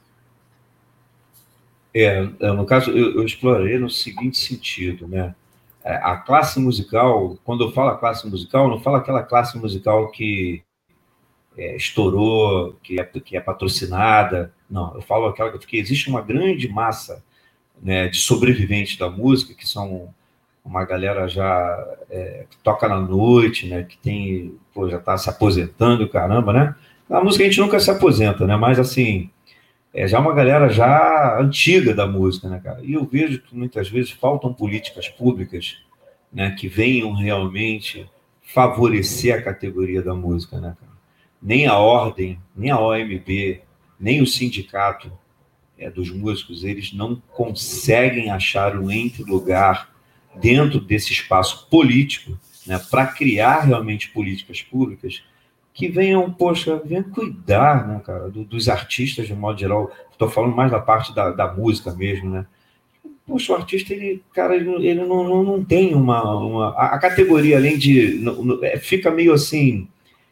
No caso, eu explorei no seguinte sentido, né? A classe musical, quando eu falo a classe musical, não falo aquela classe musical que estourou, que é patrocinada, não, eu falo aquela que existe uma grande massa, né, de sobreviventes da música, que são uma galera já que toca na noite, né, que tem, já está se aposentando, caramba, né? Na música a gente nunca se aposenta, né? Mas assim, já uma galera já antiga da música, né, cara? E eu vejo que muitas vezes faltam políticas públicas, né, que venham realmente favorecer a categoria da música, né, cara? Nem a Ordem, nem a OMB, nem o sindicato dos músicos, eles não conseguem achar um entre-lugar dentro desse espaço político, né, para criar realmente políticas públicas que venham cuidar, né, cara, dos artistas de modo geral. Estou falando mais da parte da música mesmo, né? Poxa, o artista, ele não tem a categoria, além de... fica meio assim,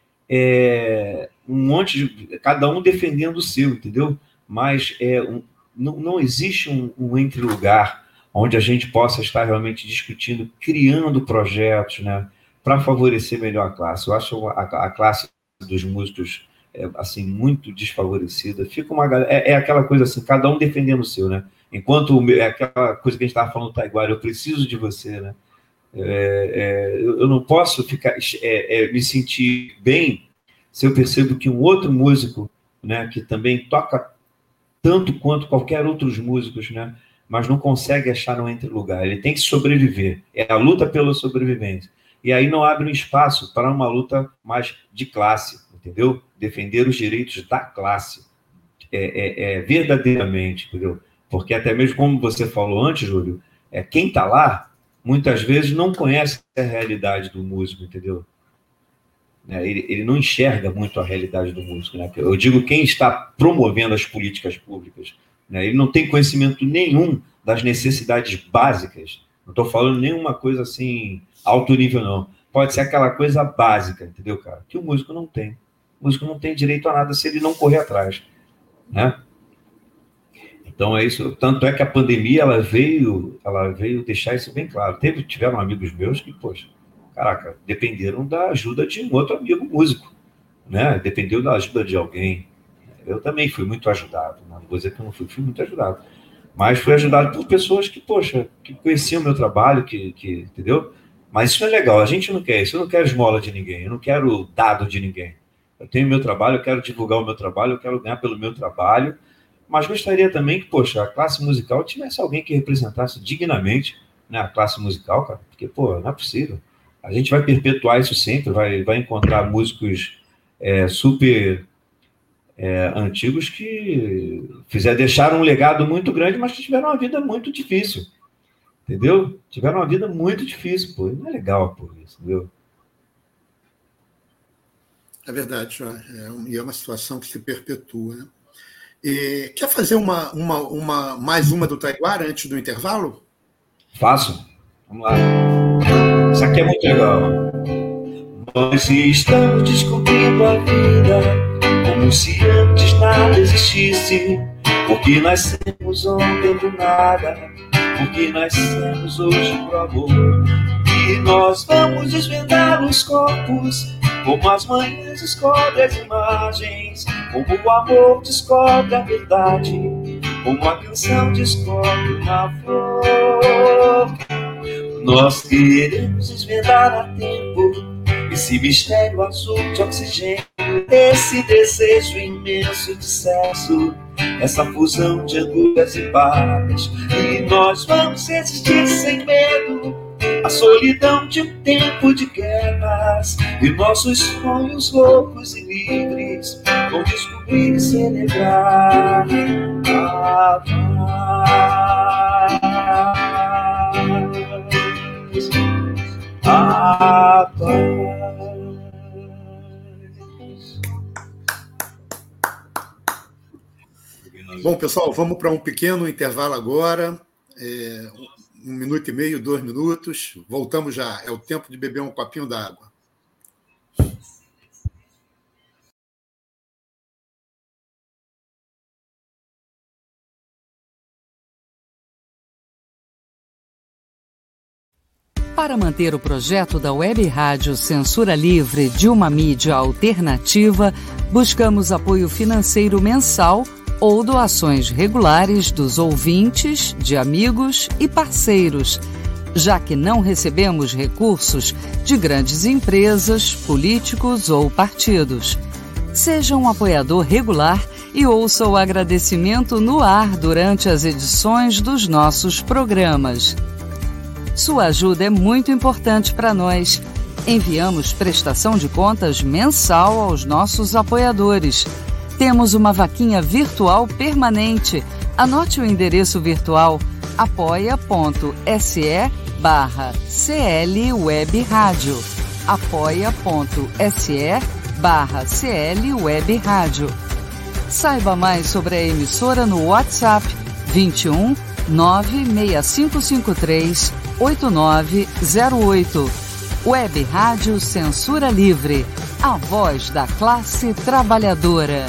um monte de... cada um defendendo o seu, entendeu? Mas não existe um entre-lugar onde a gente possa estar realmente discutindo, criando projetos, né, para favorecer melhor a classe. Eu acho a classe dos músicos assim, muito desfavorecida. Fica uma galera, aquela coisa assim, cada um defendendo o seu, né? Enquanto aquela coisa que a gente estava falando no Taiguara, eu preciso de você, né? Eu não posso me sentir bem se eu percebo que um outro músico, né, que também toca tanto quanto qualquer outros músicos, né, mas não consegue achar um entre-lugar. Ele tem que sobreviver. É a luta pela sobrevivência. E aí não abre um espaço para uma luta mais de classe, entendeu? Defender os direitos da classe. Verdadeiramente, entendeu? Porque até mesmo como você falou antes, Júlio, quem está lá, muitas vezes não conhece a realidade do músico, entendeu? Ele não enxerga muito a realidade do músico, né? Eu digo quem está promovendo as políticas públicas, né? Ele não tem conhecimento nenhum das necessidades básicas. Não estou falando nenhuma coisa assim, alto nível, não. Pode ser aquela coisa básica, entendeu, cara? Que o músico não tem. O músico não tem direito a nada se ele não correr atrás, né? Então é isso. Tanto é que a pandemia ela veio deixar isso bem claro. Tiveram amigos meus que, poxa, caraca, dependeram da ajuda de um outro amigo músico, né? Dependeu da ajuda de alguém. Eu também fui muito ajudado. Não vou dizer que eu não fui muito ajudado. Mas fui ajudado por pessoas que, poxa, que conheciam o meu trabalho, entendeu? Mas isso não é legal. A gente não quer isso. Eu não quero esmola de ninguém. Eu não quero dado de ninguém. Eu tenho o meu trabalho, eu quero divulgar o meu trabalho, eu quero ganhar pelo meu trabalho. Mas gostaria também que, poxa, a classe musical tivesse alguém que representasse dignamente, né, a classe musical, cara. Porque, pô, não é possível. A gente vai perpetuar isso sempre, vai encontrar músicos super antigos que deixaram um legado muito grande, mas que tiveram uma vida muito difícil, entendeu? Tiveram uma vida muito difícil, pô. Não é legal, pô, isso, entendeu? É verdade, e é uma situação que se perpetua, né? Quer fazer mais uma do Taiguara antes do intervalo? Faço. Vamos lá. Isso aqui é muito legal. Nós estamos descobrindo a vida como se antes nada existisse, porque nascemos ontem do nada, porque nascemos hoje pro amor. E nós vamos desvendar os corpos, como as manhãs descobrem as imagens, como o amor descobre a verdade, como a canção descobre uma flor. Nós queremos desvendar a tempo esse mistério azul de oxigênio, esse desejo imenso de sexo, essa fusão de agulhas e balas. E nós vamos resistir sem medo a solidão de um tempo de guerras e nossos sonhos loucos e livres vão descobrir e celebrar a paz. A paz. Bom, pessoal, vamos para um pequeno intervalo agora. 1 minuto e meio, 2 minutos. Voltamos já. É o tempo de beber um copinho d'água. Para manter o projeto da Web Rádio Censura Livre de uma mídia alternativa, buscamos apoio financeiro mensal ou doações regulares dos ouvintes, de amigos e parceiros, já que não recebemos recursos de grandes empresas, políticos ou partidos. Seja um apoiador regular e ouça o agradecimento no ar durante as edições dos nossos programas. Sua ajuda é muito importante para nós. Enviamos prestação de contas mensal aos nossos apoiadores. Temos uma vaquinha virtual permanente. Anote o endereço virtual apoia.se/CLWebRádio. apoia.se/CLWebRádio. Saiba mais sobre a emissora no WhatsApp 21 96553 8908. Web Rádio Censura Livre, a voz da classe trabalhadora.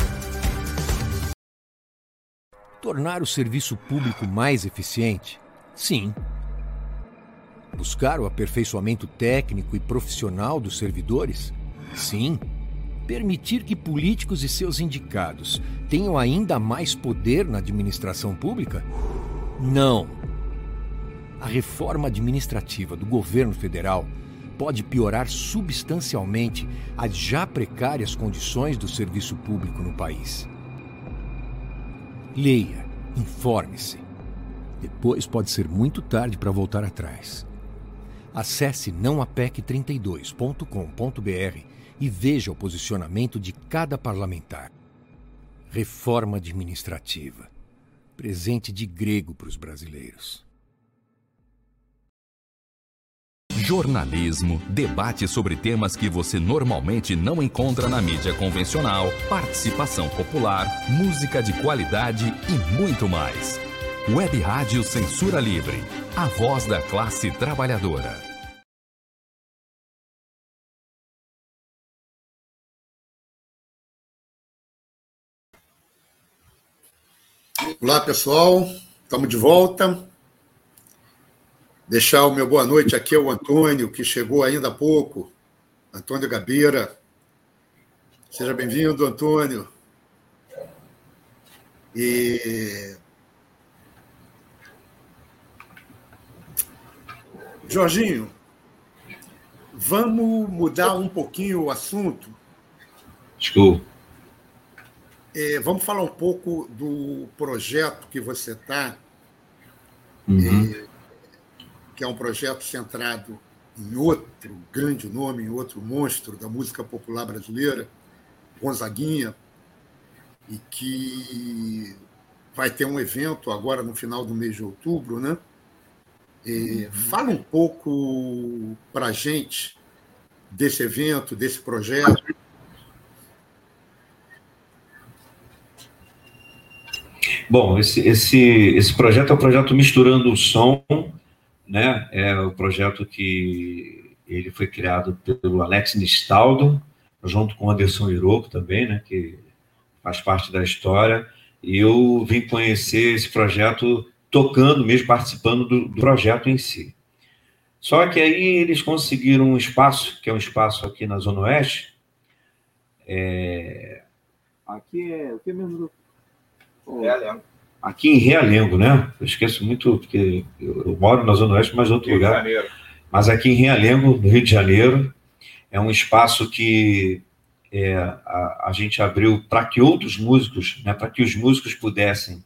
Tornar o serviço público mais eficiente? Sim. Buscar o aperfeiçoamento técnico e profissional dos servidores? Sim. Permitir que políticos e seus indicados tenham ainda mais poder na administração pública? Não. A reforma administrativa do governo federal pode piorar substancialmente as já precárias condições do serviço público no país. Leia, informe-se. Depois pode ser muito tarde para voltar atrás. Acesse nãoapec32.com.br e veja o posicionamento de cada parlamentar. Reforma administrativa. Presente de grego para os brasileiros. Jornalismo, debate sobre temas que você normalmente não encontra na mídia convencional, participação popular, música de qualidade e muito mais. Web Rádio Censura Livre, a voz da classe trabalhadora. Olá, pessoal. Estamos de volta. Deixar o meu boa noite aqui ao Antônio, que chegou ainda há pouco. Antônio Gabeira. Seja bem-vindo, Antônio. E... Jorginho, vamos mudar um pouquinho o assunto? Desculpa. Vamos falar um pouco do projeto que você está, que é um projeto centrado em outro grande nome, em outro monstro da música popular brasileira, Gonzaguinha, e que vai ter um evento agora no final do mês de outubro, né? Fala um pouco para a gente desse evento, desse projeto. Bom, esse projeto é um projeto Misturando o Som, né? É o projeto que ele foi criado pelo Alex Nistaldo, junto com o Anderson Hiroko também, né? Que faz parte da história. E eu vim conhecer esse projeto tocando mesmo, participando do projeto em si. Só que aí eles conseguiram um espaço, que é um espaço aqui na Zona Oeste. Aqui é o que mesmo? Realengo. Aqui em Realengo, né? Eu esqueço muito, porque eu moro na Zona Oeste, mas em outro lugar. Mas aqui em Realengo, no Rio de Janeiro, é um espaço que a gente abriu para que outros músicos, né, para que os músicos pudessem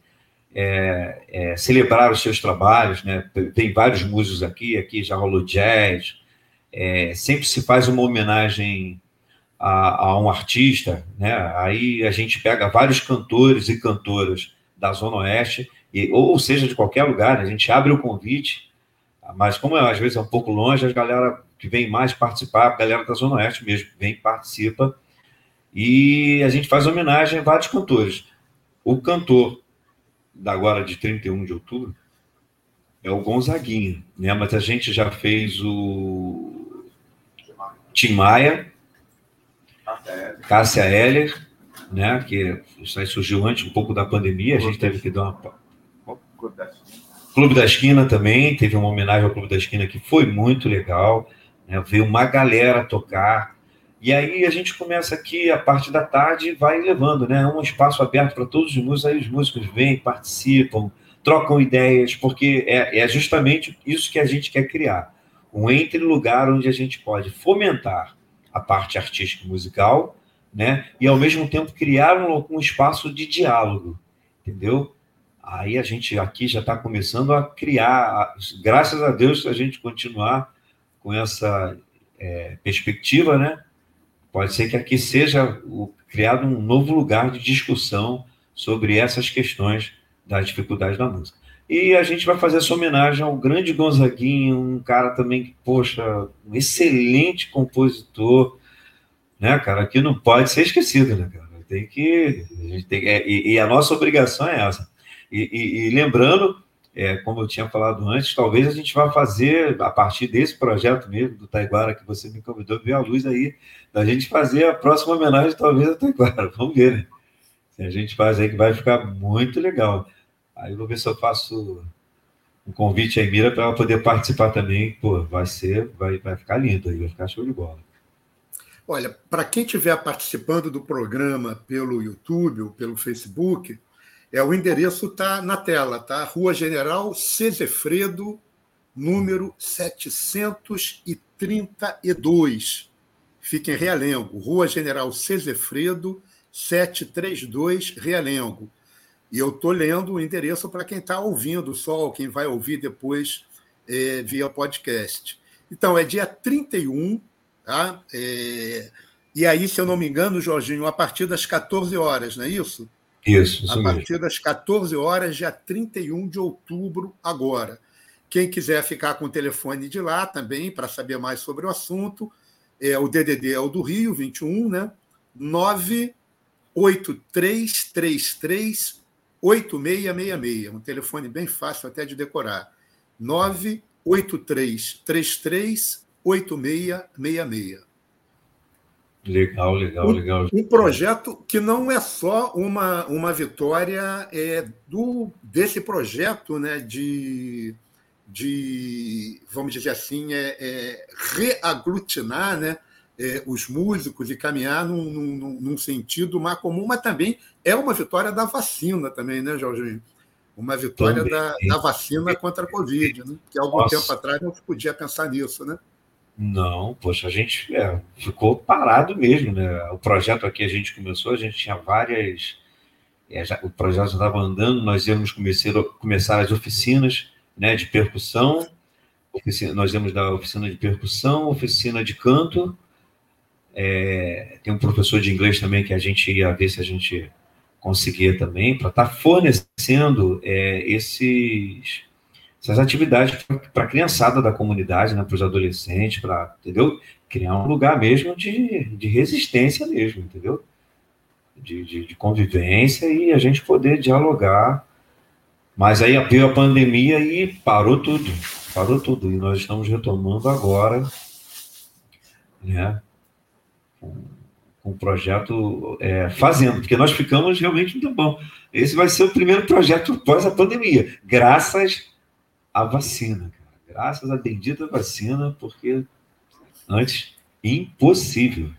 celebrar os seus trabalhos, né? Tem vários músicos aqui já rolou jazz, sempre se faz uma homenagem a um artista, né? Aí a gente pega vários cantores e cantoras da Zona Oeste, ou seja, de qualquer lugar, né? A gente abre o convite, mas como às vezes é um pouco longe, a galera que vem mais participar, a galera da Zona Oeste mesmo, vem, participa, e a gente faz homenagem a vários cantores. O cantor da agora de 31 de outubro é o Gonzaguinha, né? Mas a gente já fez o Tim Maia, Cássia Eller, né? Que isso aí surgiu antes um pouco da pandemia, a gente teve que dar uma... Clube da Esquina também, teve uma homenagem ao Clube da Esquina que foi muito legal, né? Veio uma galera tocar, e aí a gente começa aqui a parte da tarde e vai levando, né? Um espaço aberto para todos os músicos, aí os músicos vêm, participam, trocam ideias, porque é justamente isso que a gente quer criar, um entre-lugar onde a gente pode fomentar a parte artística e musical, né? E ao mesmo tempo criar um espaço de diálogo, entendeu? Aí a gente aqui já está começando a criar, graças a Deus, se a gente continuar com essa perspectiva, né? Pode ser que aqui seja criado um novo lugar de discussão sobre essas questões das dificuldades da música. E a gente vai fazer essa homenagem ao grande Gonzaguinho, um cara também que, poxa, um excelente compositor, né, cara, que não pode ser esquecido, né, cara? E a nossa obrigação é essa. E lembrando, como eu tinha falado antes, talvez a gente vá fazer, a partir desse projeto mesmo, do Taiguara, que você me convidou a ver a luz aí, da gente fazer a próxima homenagem, talvez, ao Taiguara. Vamos ver, né? Se a gente faz aí, que vai ficar muito legal. Aí eu vou ver se eu faço um convite à Emira para ela poder participar também. Pô, vai ficar lindo aí, vai ficar show de bola. Olha, para quem estiver participando do programa pelo YouTube ou pelo Facebook, o endereço está na tela, tá? Rua General Sesefredo, número 732. Fica em Realengo. Rua General Sesefredo, 732, Realengo. E eu estou lendo o endereço para quem está ouvindo só, quem vai ouvir depois via podcast. Então, é dia 31, tá? E aí, se eu não me engano, Jorginho, a partir das 14 horas, não é isso? Isso a partir das 14 horas, dia 31 de outubro, agora. Quem quiser ficar com o telefone de lá também, para saber mais sobre o assunto, o DDD é o do Rio, 21, né? 983338666. Um telefone bem fácil até de decorar. 983338666. Legal. Um projeto que não é só uma vitória desse projeto, né, de vamos dizer assim, reaglutinar, né, os músicos e caminhar num sentido mais comum, mas também é uma vitória da vacina também, né, Jorginho? Uma vitória da vacina contra a Covid, né? Que há algum tempo atrás não se podia pensar nisso, né? Não, poxa, a gente ficou parado mesmo, né? O projeto aqui a gente começou, a gente tinha várias... o projeto já estava andando, nós íamos começar as oficinas, né, de percussão, nós íamos dar oficina de percussão, oficina de canto, tem um professor de inglês também que a gente ia ver se a gente conseguia também, para estar fornecendo essas atividades para a criançada da comunidade, né, para os adolescentes, para, entendeu? Criar um lugar mesmo de resistência mesmo, entendeu? De convivência e a gente poder dialogar. Mas aí veio a pandemia e parou tudo. E nós estamos retomando agora, né, com o projeto fazendo, porque nós ficamos realmente muito bom. Esse vai ser o primeiro projeto pós a pandemia, graças à vacina, cara. Graças à bendita vacina, porque antes, impossível.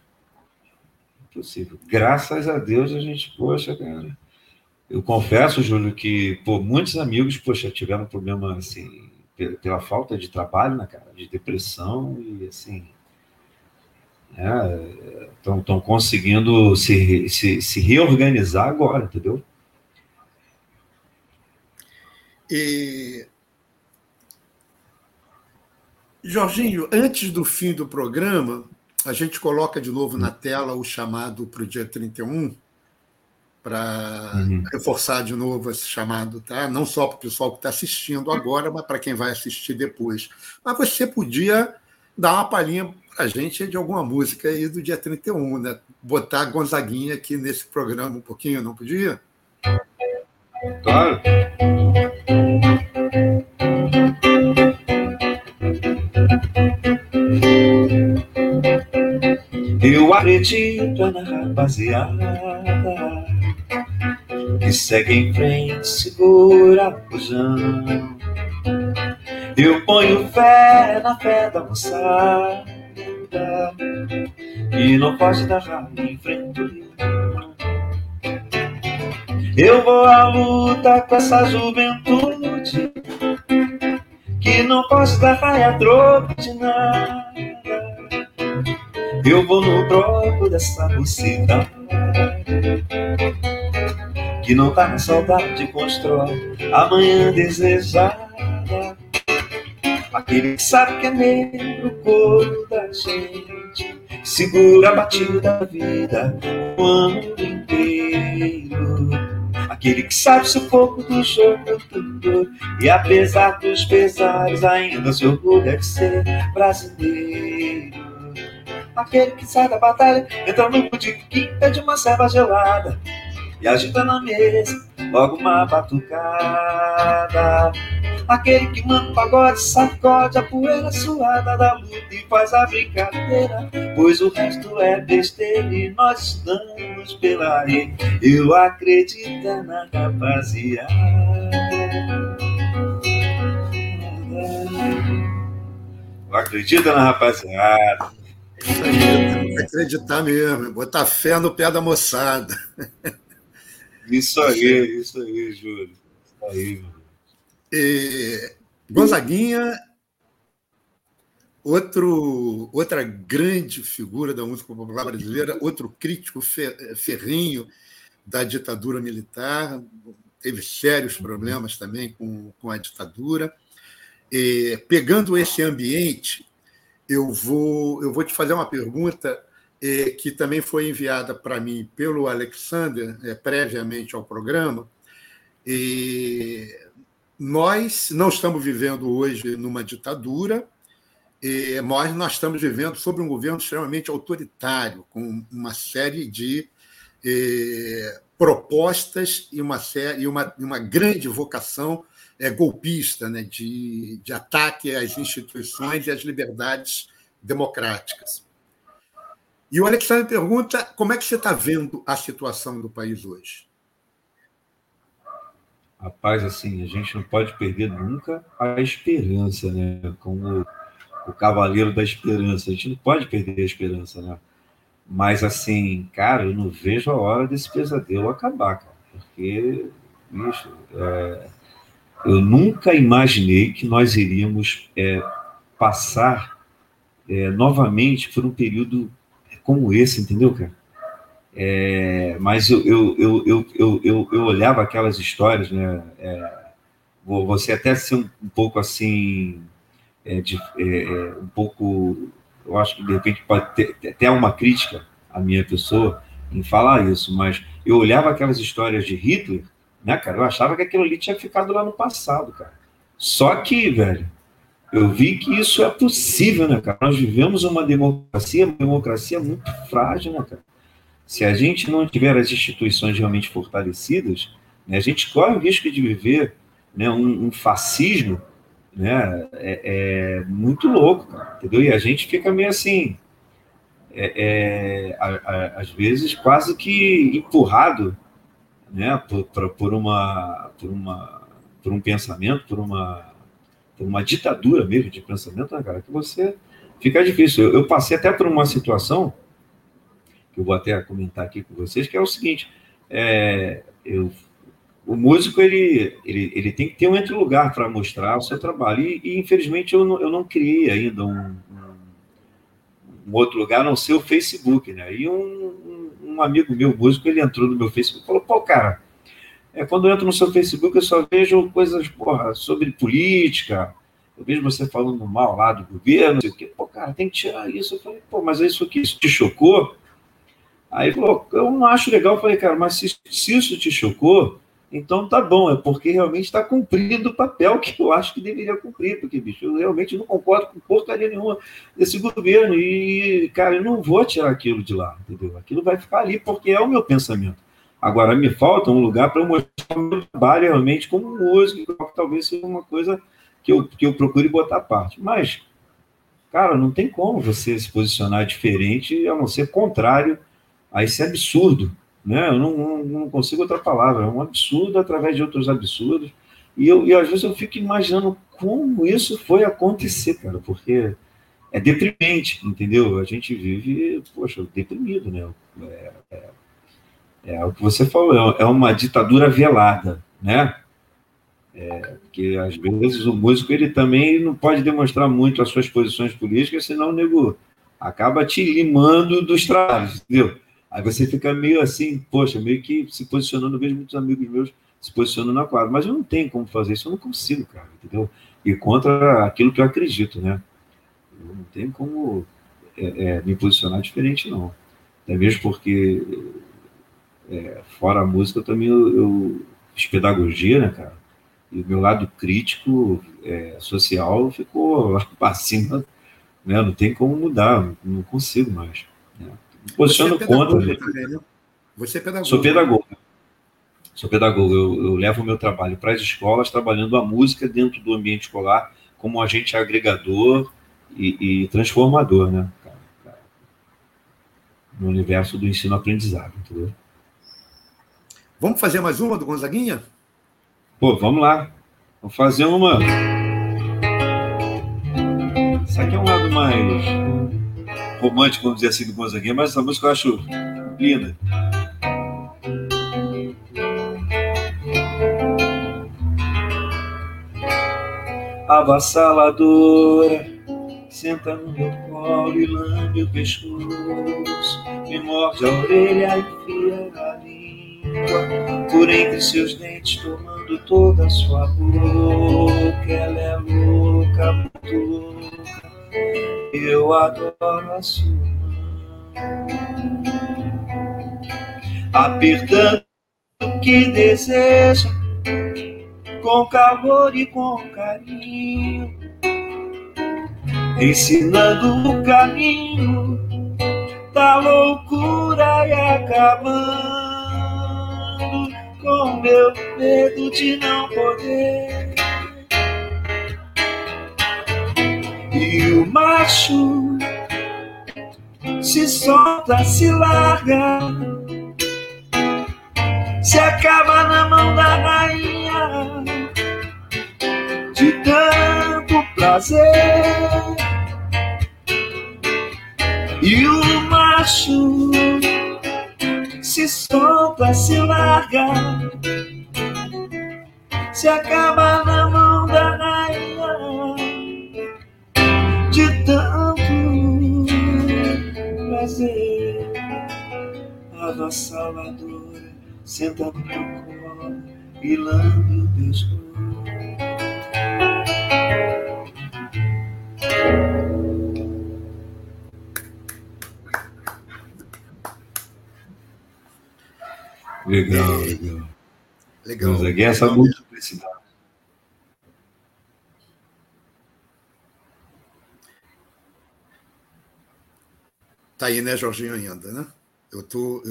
Graças a Deus a gente, poxa, cara. Eu confesso, Júlio, que muitos amigos, tiveram problema, assim, pela falta de trabalho, né, cara, de depressão e, assim, estão conseguindo se reorganizar agora, entendeu? E... Jorginho, antes do fim do programa, a gente coloca de novo na tela o chamado para o dia 31, para reforçar de novo esse chamado, tá? Não só para o pessoal que está assistindo agora, mas para quem vai assistir depois. Mas você podia dar uma palhinha para a gente de alguma música aí do dia 31, né? Botar a Gonzaguinha aqui nesse programa um pouquinho, não podia? Claro. Eu acredito na rapaziada que segue em frente, segura o bujão. Eu ponho fé na fé da moçada e não pode dar raiva em frente ao rio. Eu vou à luta com essa juventude que não pode dar raia a troco de nada. Eu vou no bloco dessa mocidade que não tá na saudade, constrói amanhã desejada. Aquele que sabe que é negro, o corpo da gente segura a batida da vida o ano inteiro. Aquele que sabe o sufoco do jogo tudo, e apesar dos pesares ainda se orgulha de ser brasileiro. Aquele que sai da batalha, entra no botequim, pede uma ceva gelada e agita na mesa logo uma batucada. Aquele que manda o pagode, sacode a poeira suada da luta e faz a brincadeira, pois o resto é besteira e nós estamos pela rede. Eu acredito na rapaziada. Eu acredito na rapaziada. Isso aí, tem que acreditar mesmo, botar fé no pé da moçada. Isso aí, Júlio. Isso aí, mano. Gonzaguinha, outra grande figura da música popular brasileira, outro crítico ferrenho da ditadura militar, teve sérios problemas também com a ditadura. Pegando esse ambiente, eu vou te fazer uma pergunta que também foi enviada para mim pelo Alexander, previamente ao programa. Nós não estamos vivendo hoje numa ditadura, mas nós estamos vivendo sob um governo extremamente autoritário, com uma série de propostas e uma grande vocação golpista, né, de ataque às instituições e às liberdades democráticas. E o Alexandre pergunta como é que você está vendo a situação do país hoje? Rapaz, assim, a gente não pode perder nunca a esperança, né? Como o cavaleiro da esperança. A gente não pode perder a esperança, né? Mas, assim, cara, eu não vejo a hora desse pesadelo acabar, cara. Porque, bicho, eu nunca imaginei que nós iríamos passar novamente por um período como esse, entendeu, cara? Mas eu olhava aquelas histórias, né? Você até ser um pouco assim, um pouco, eu acho que de repente pode ter até uma crítica à minha pessoa em falar isso, mas eu olhava aquelas histórias de Hitler, né, cara? Eu achava que aquilo ali tinha ficado lá no passado, cara. Só que, velho, eu vi que isso é possível, né, cara? Nós vivemos uma democracia muito frágil, né, cara? Se a gente não tiver as instituições realmente fortalecidas, né, a gente corre o risco de viver, né, um fascismo, né, muito louco, cara, entendeu? E a gente fica meio assim, às vezes quase que empurrado, né, por um pensamento, por uma ditadura mesmo de pensamento, né, cara, que você fica difícil. Eu passei até por uma situação que eu vou até comentar aqui com vocês, que é o seguinte: o músico ele tem que ter um lugar para mostrar o seu trabalho, e infelizmente eu não criei ainda um outro lugar, a não ser o Facebook, né? E um amigo meu, músico, ele entrou no meu Facebook e falou: pô, cara, Quando eu entro no seu Facebook, eu só vejo coisas, porra, sobre política. Eu vejo você falando mal lá do governo, não sei o quê. Pô, cara, tem que tirar isso. Eu falei, pô, mas é isso aqui, isso te chocou? Aí ele falou, eu não acho legal. Eu falei, cara, mas se isso te chocou, então tá bom, é porque realmente está cumprindo o papel que eu acho que deveria cumprir, porque, bicho, eu realmente não concordo com porcaria nenhuma desse governo e, cara, eu não vou tirar aquilo de lá, entendeu? Aquilo vai ficar ali porque é o meu pensamento. Agora, me falta um lugar para eu mostrar o meu trabalho realmente como músico, que talvez seja uma coisa que eu procure botar à parte. Mas, cara, não tem como você se posicionar diferente a não ser contrário a esse absurdo, né? Eu não consigo outra palavra, é um absurdo através de outros absurdos, e às vezes eu fico imaginando como isso foi acontecer, cara, porque é deprimente, entendeu? A gente vive, poxa, deprimido, né? É o que você falou, é uma ditadura velada, né? Porque às vezes o músico ele também não pode demonstrar muito as suas posições políticas, senão o nego acaba te limando dos trabalhos, entendeu? Aí você fica meio assim, poxa, meio que se posicionando, eu vejo muitos amigos meus se posicionando na quadra, mas eu não tenho como fazer isso, eu não consigo, cara, entendeu? E contra aquilo que eu acredito, né? Eu não tenho como me posicionar diferente, não. Até mesmo porque, fora a música, eu também eu fiz pedagogia, né, cara? E o meu lado crítico, social, ficou acima, né? Não tem como mudar, não consigo mais. Né? Me posiciono contra. Também, né? Você é pedagogo. Sou pedagogo. Sou pedagogo. Eu levo o meu trabalho para as escolas, trabalhando a música dentro do ambiente escolar como agente agregador e transformador, né? No universo do ensino-aprendizado, entendeu? Vamos fazer mais uma do Gonzaguinha? Pô, vamos lá. Vamos fazer uma. Isso aqui é um lado mais romântico, vamos dizer assim, do Gonzaguinha, mas essa música eu acho linda. Avassaladora, senta no meu colo e lambe o pescoço, me morde a orelha e enfia a língua por entre seus dentes, tomando toda a sua boca. Ela é louca, muito louca, eu adoro a sua mão, apertando o que deseja, com calor e com carinho, ensinando o caminho da loucura e acabando com meu medo de não poder. E o macho se solta, se larga, se acaba na mão da rainha de tanto prazer. E o macho se solta, se larga, se acaba na mão da rainha de tanto prazer. Avassaladora, senta no meu colo e lambe o pescoço. Legal. Gonzaguinha, essa multiplicidade. Tá aí, né, Jorginho, ainda, né? Tô.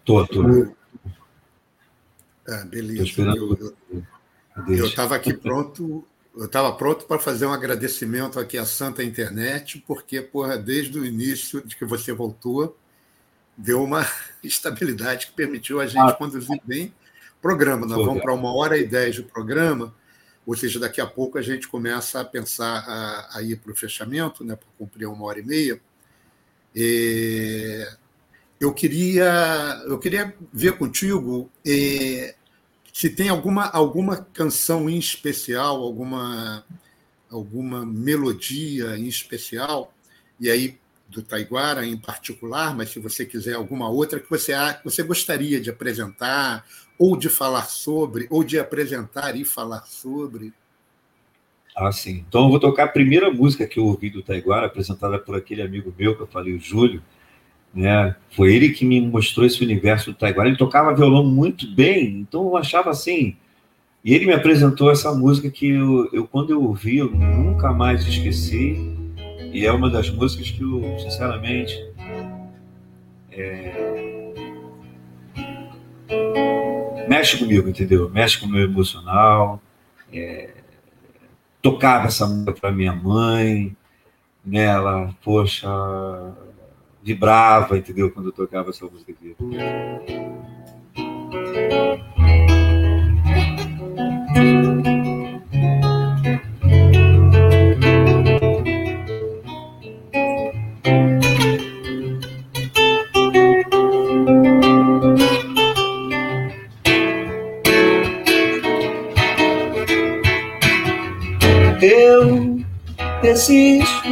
Beleza. Tô esperando. Eu estava aqui pronto. Eu estava pronto para fazer um agradecimento aqui à Santa Internet, porque, porra, desde o início de que você voltou, deu uma estabilidade que permitiu a gente conduzir bem o programa. Nós vamos para 1h10 de programa, ou seja, daqui a pouco a gente começa a pensar a ir para o fechamento, né, para cumprir 1h30. Eu queria ver contigo se tem alguma canção em especial, alguma melodia em especial, e aí do Taiguara em particular, mas se você quiser alguma outra que você gostaria de apresentar, ou de falar sobre, ou de apresentar e falar sobre. Ah, sim. Então eu vou tocar a primeira música que eu ouvi do Taiguara, apresentada por aquele amigo meu que eu falei, o Júlio, né? Foi ele que me mostrou esse universo do Taiguara. Ele tocava violão muito bem, então eu achava assim. E ele me apresentou essa música que quando eu ouvi, eu nunca mais esqueci. E é uma das músicas que eu, sinceramente, mexe comigo, entendeu? Mexe com o meu emocional. Tocava essa música para minha mãe, né? Ela, poxa, vibrava, entendeu? Quando eu tocava essa música aqui. Eu desisto,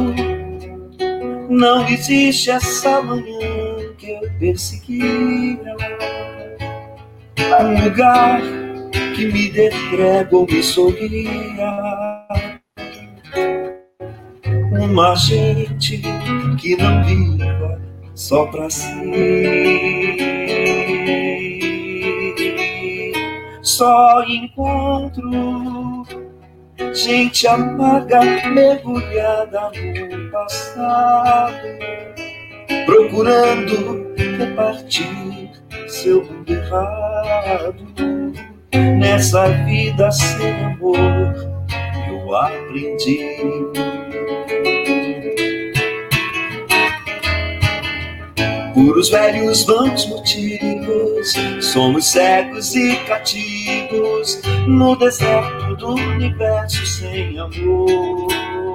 não existe essa manhã que eu persegui. Um lugar que me dê trégua ou me sorria. Uma gente que não viva só pra si. Só encontro gente amarga, mergulhada no passado, procurando repartir seu mundo errado. Nessa vida sem amor eu aprendi. Por os velhos vãos motivos, somos cegos e cativos no deserto do universo sem amor.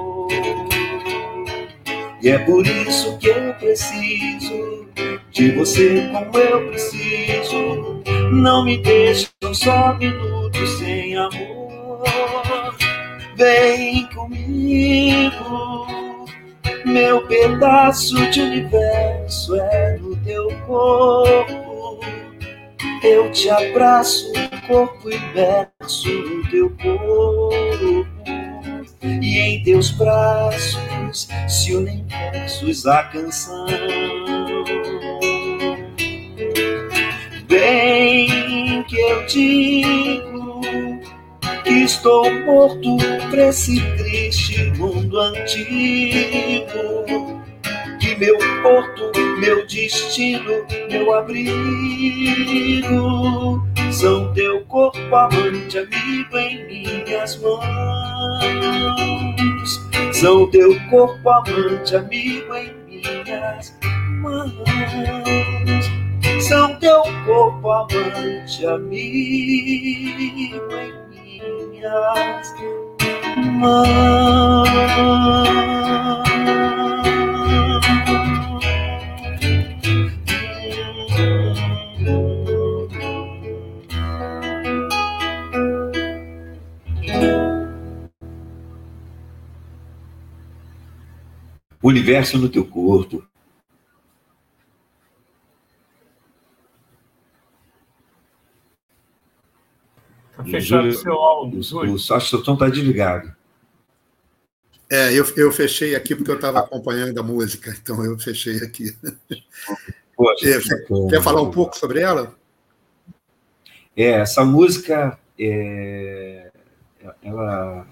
E é por isso que eu preciso de você como eu preciso. Não me deixam só minutos sem amor. Vem comigo, meu pedaço de universo é no teu corpo. Eu te abraço, corpo imerso no teu corpo. E em teus braços se unem versos à canção. Bem que eu digo que estou morto pra esse triste mundo antigo. Que meu porto, meu destino, meu abrigo são teu corpo amante, amigo em minhas mãos. São teu corpo amante, amigo em minhas mãos. São teu corpo amante, amigo em minhas mãos. O universo no teu corpo. Está fechado o seu áudio. O som está desligado. Eu fechei aqui porque eu estava acompanhando a música, então eu fechei aqui. Poxa, quer falar um pouco sobre ela? Essa música, ela,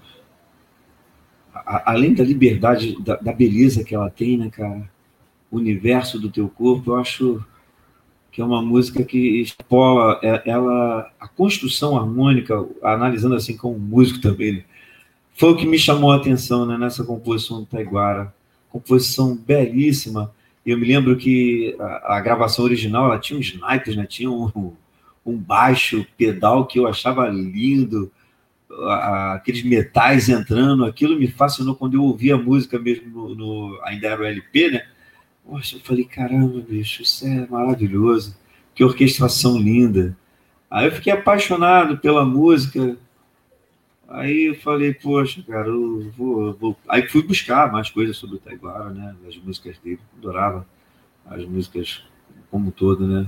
além da liberdade, da beleza que ela tem, né, cara? O universo do teu corpo, eu acho que é uma música que expola a construção harmônica, analisando assim como músico também, né? Foi o que me chamou a atenção, né, nessa composição do Taiguara. Composição belíssima. Eu me lembro que a gravação original ela tinha uns naipes, né? Tinha um baixo pedal que eu achava lindo, aqueles metais entrando. Aquilo me fascinou quando eu ouvi a música mesmo, ainda era o LP, né? Poxa, eu falei, caramba, bicho, isso é maravilhoso. Que orquestração linda. Aí eu fiquei apaixonado pela música. Aí eu falei, poxa, cara, eu vou. Aí fui buscar mais coisas sobre o Taiguara, né? As músicas dele, adorava as músicas como um todo, né?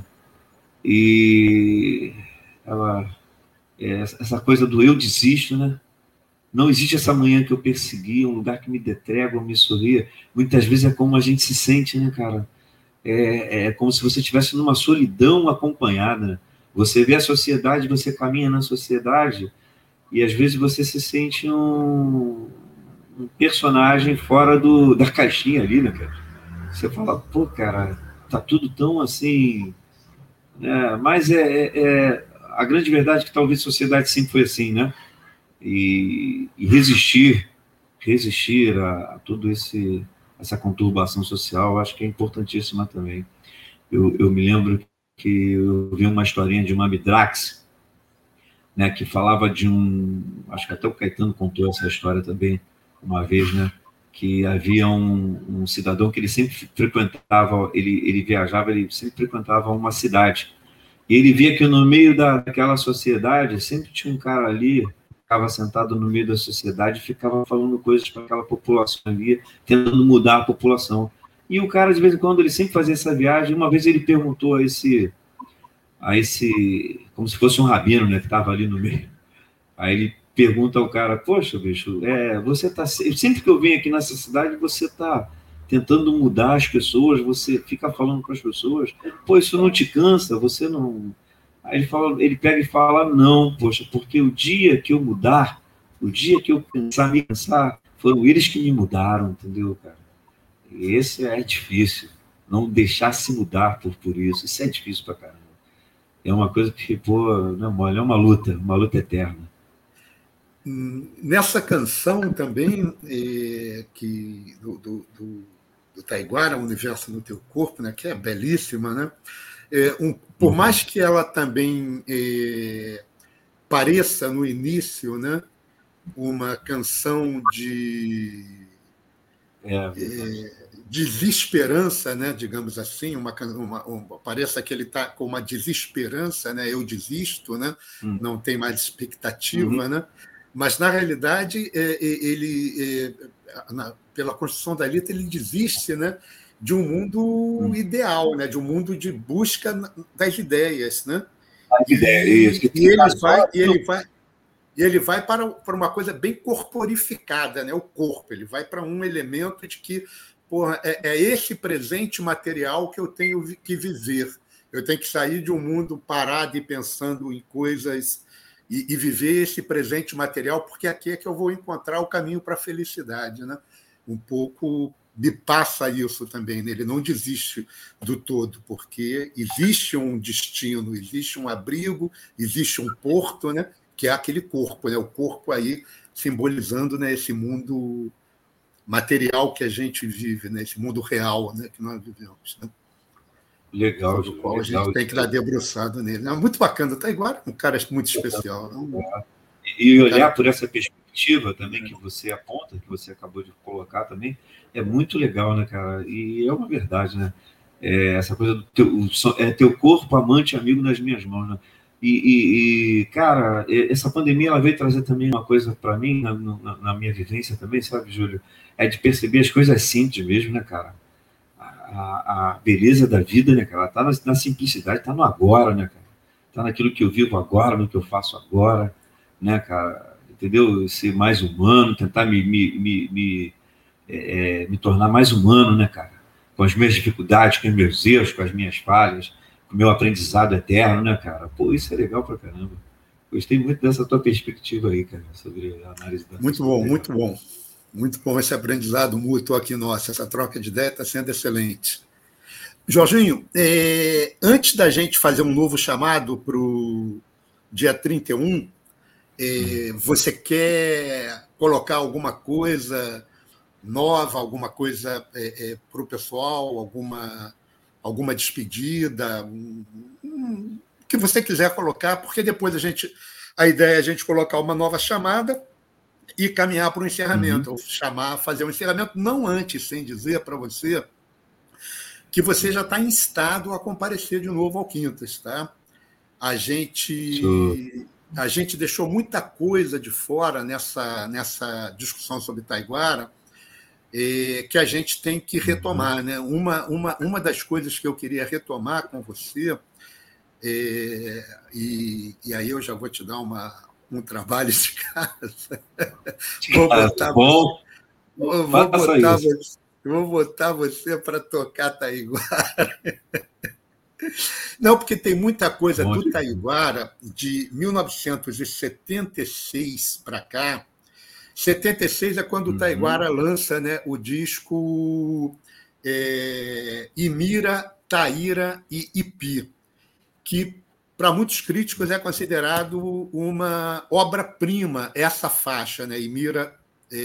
E ela, essa coisa do eu desisto, né? Não existe essa manhã que eu persegui, um lugar que me dê trégua, me sorria. Muitas vezes é como a gente se sente, né, cara? É como se você estivesse numa solidão acompanhada. Você vê a sociedade, você caminha na sociedade e às vezes você se sente um personagem fora da caixinha ali, né, cara? Você fala, pô, cara, tá tudo tão assim, né? Mas a grande verdade é que talvez a sociedade sempre foi assim, né? E resistir a tudo essa conturbação social, acho que é importantíssima também. Eu me lembro que eu vi uma historinha de uma Midrax, né, que falava de acho que até o Caetano contou essa história também uma vez, né, que havia um cidadão que ele sempre frequentava, ele viajava, ele sempre frequentava uma cidade, e ele via que no meio daquela sociedade sempre tinha um cara ali, ficava sentado no meio da sociedade e ficava falando coisas para aquela população ali, tentando mudar a população. E o cara, de vez em quando, ele sempre fazia essa viagem. Uma vez ele perguntou a esse como se fosse um rabino, né, que estava ali no meio. Aí ele pergunta ao cara, poxa, bicho, você tá, sempre que eu venho aqui nessa cidade, você está tentando mudar as pessoas, você fica falando com as pessoas, pô, isso não te cansa, você não... Aí ele pega e fala, não, poxa, porque o dia que eu mudar, o dia que eu me cansar, foram eles que me mudaram, entendeu, cara? E esse é difícil, não deixar se mudar por isso é difícil pra caramba. É uma coisa que, pô, não é mole, é uma luta eterna. Nessa canção também, que do Taiguara, O Universo no Teu Corpo, né, que é belíssima, né? Por mais que ela também pareça, no início, né, uma canção de desesperança, né, digamos assim, parece que ele está com uma desesperança, né, eu desisto, né, não tem mais expectativa, né, mas, na realidade, ele, pela construção da letra, ele desiste, né, de um mundo ideal, né, de um mundo de busca das ideias, né? E ele vai para uma coisa bem corporificada, né? O corpo. Ele vai para um elemento de que, porra, é esse presente material que eu tenho que viver. Eu tenho que sair de um mundo parado e pensando em coisas e viver esse presente material, porque aqui é que eu vou encontrar o caminho para a felicidade, né? Um pouco me passa isso também, né? Ele não desiste do todo, porque existe um destino, existe um abrigo, existe um porto, né? Que é aquele corpo, né? O corpo aí simbolizando, né, esse mundo material que a gente vive, né? Esse mundo real, né, que nós vivemos, né? Legal. Sobre o qual a gente tem que dar debruçado nele. É muito bacana, tá igual um cara muito especial. E olhar por essa perspectiva também que você aponta, que você acabou de colocar também, é muito legal, né, cara? E é uma verdade, né? Essa coisa do teu corpo, amante, amigo nas minhas mãos, né? Cara, essa pandemia ela veio trazer também uma coisa para mim, na minha vivência também, sabe, Júlio? É de perceber as coisas simples mesmo, né, cara? A beleza da vida, né, cara? Ela tá na simplicidade, tá no agora, né, cara? Tá naquilo que eu vivo agora, no que eu faço agora, né, cara? Entendeu? Ser mais humano, tentar me tornar mais humano, né, cara? Com as minhas dificuldades, com os meus erros, com as minhas falhas, com o meu aprendizado eterno, né, cara? Pô, isso é legal pra caramba. Gostei muito dessa tua perspectiva aí, cara, sobre a análise da... Muito bom, muito bom. Muito bom esse aprendizado mútuo aqui nosso. Essa troca de ideia está sendo excelente. Jorginho, antes da gente fazer um novo chamado para o dia 31, você quer colocar alguma coisa nova, alguma coisa para o pessoal, alguma despedida, o que você quiser colocar, porque depois a ideia é a gente colocar uma nova chamada e caminhar para o encerramento, ou fazer um encerramento, não antes, sem dizer para você que você já está instado a comparecer de novo ao Quintas, tá? A gente a gente deixou muita coisa de fora nessa discussão sobre Taiguara, que a gente tem que retomar, né? Uma das coisas que eu queria retomar com você, e aí eu já vou te dar um trabalho de casa. Vou botar você para tocar Taiguara. Não, porque tem muita coisa do Taiguara de 1976 para cá. 76 é quando o Taiguara lança, né, o disco Imira, Taíra e Ipi, que para muitos críticos é considerado uma obra-prima, essa faixa, né, Imira,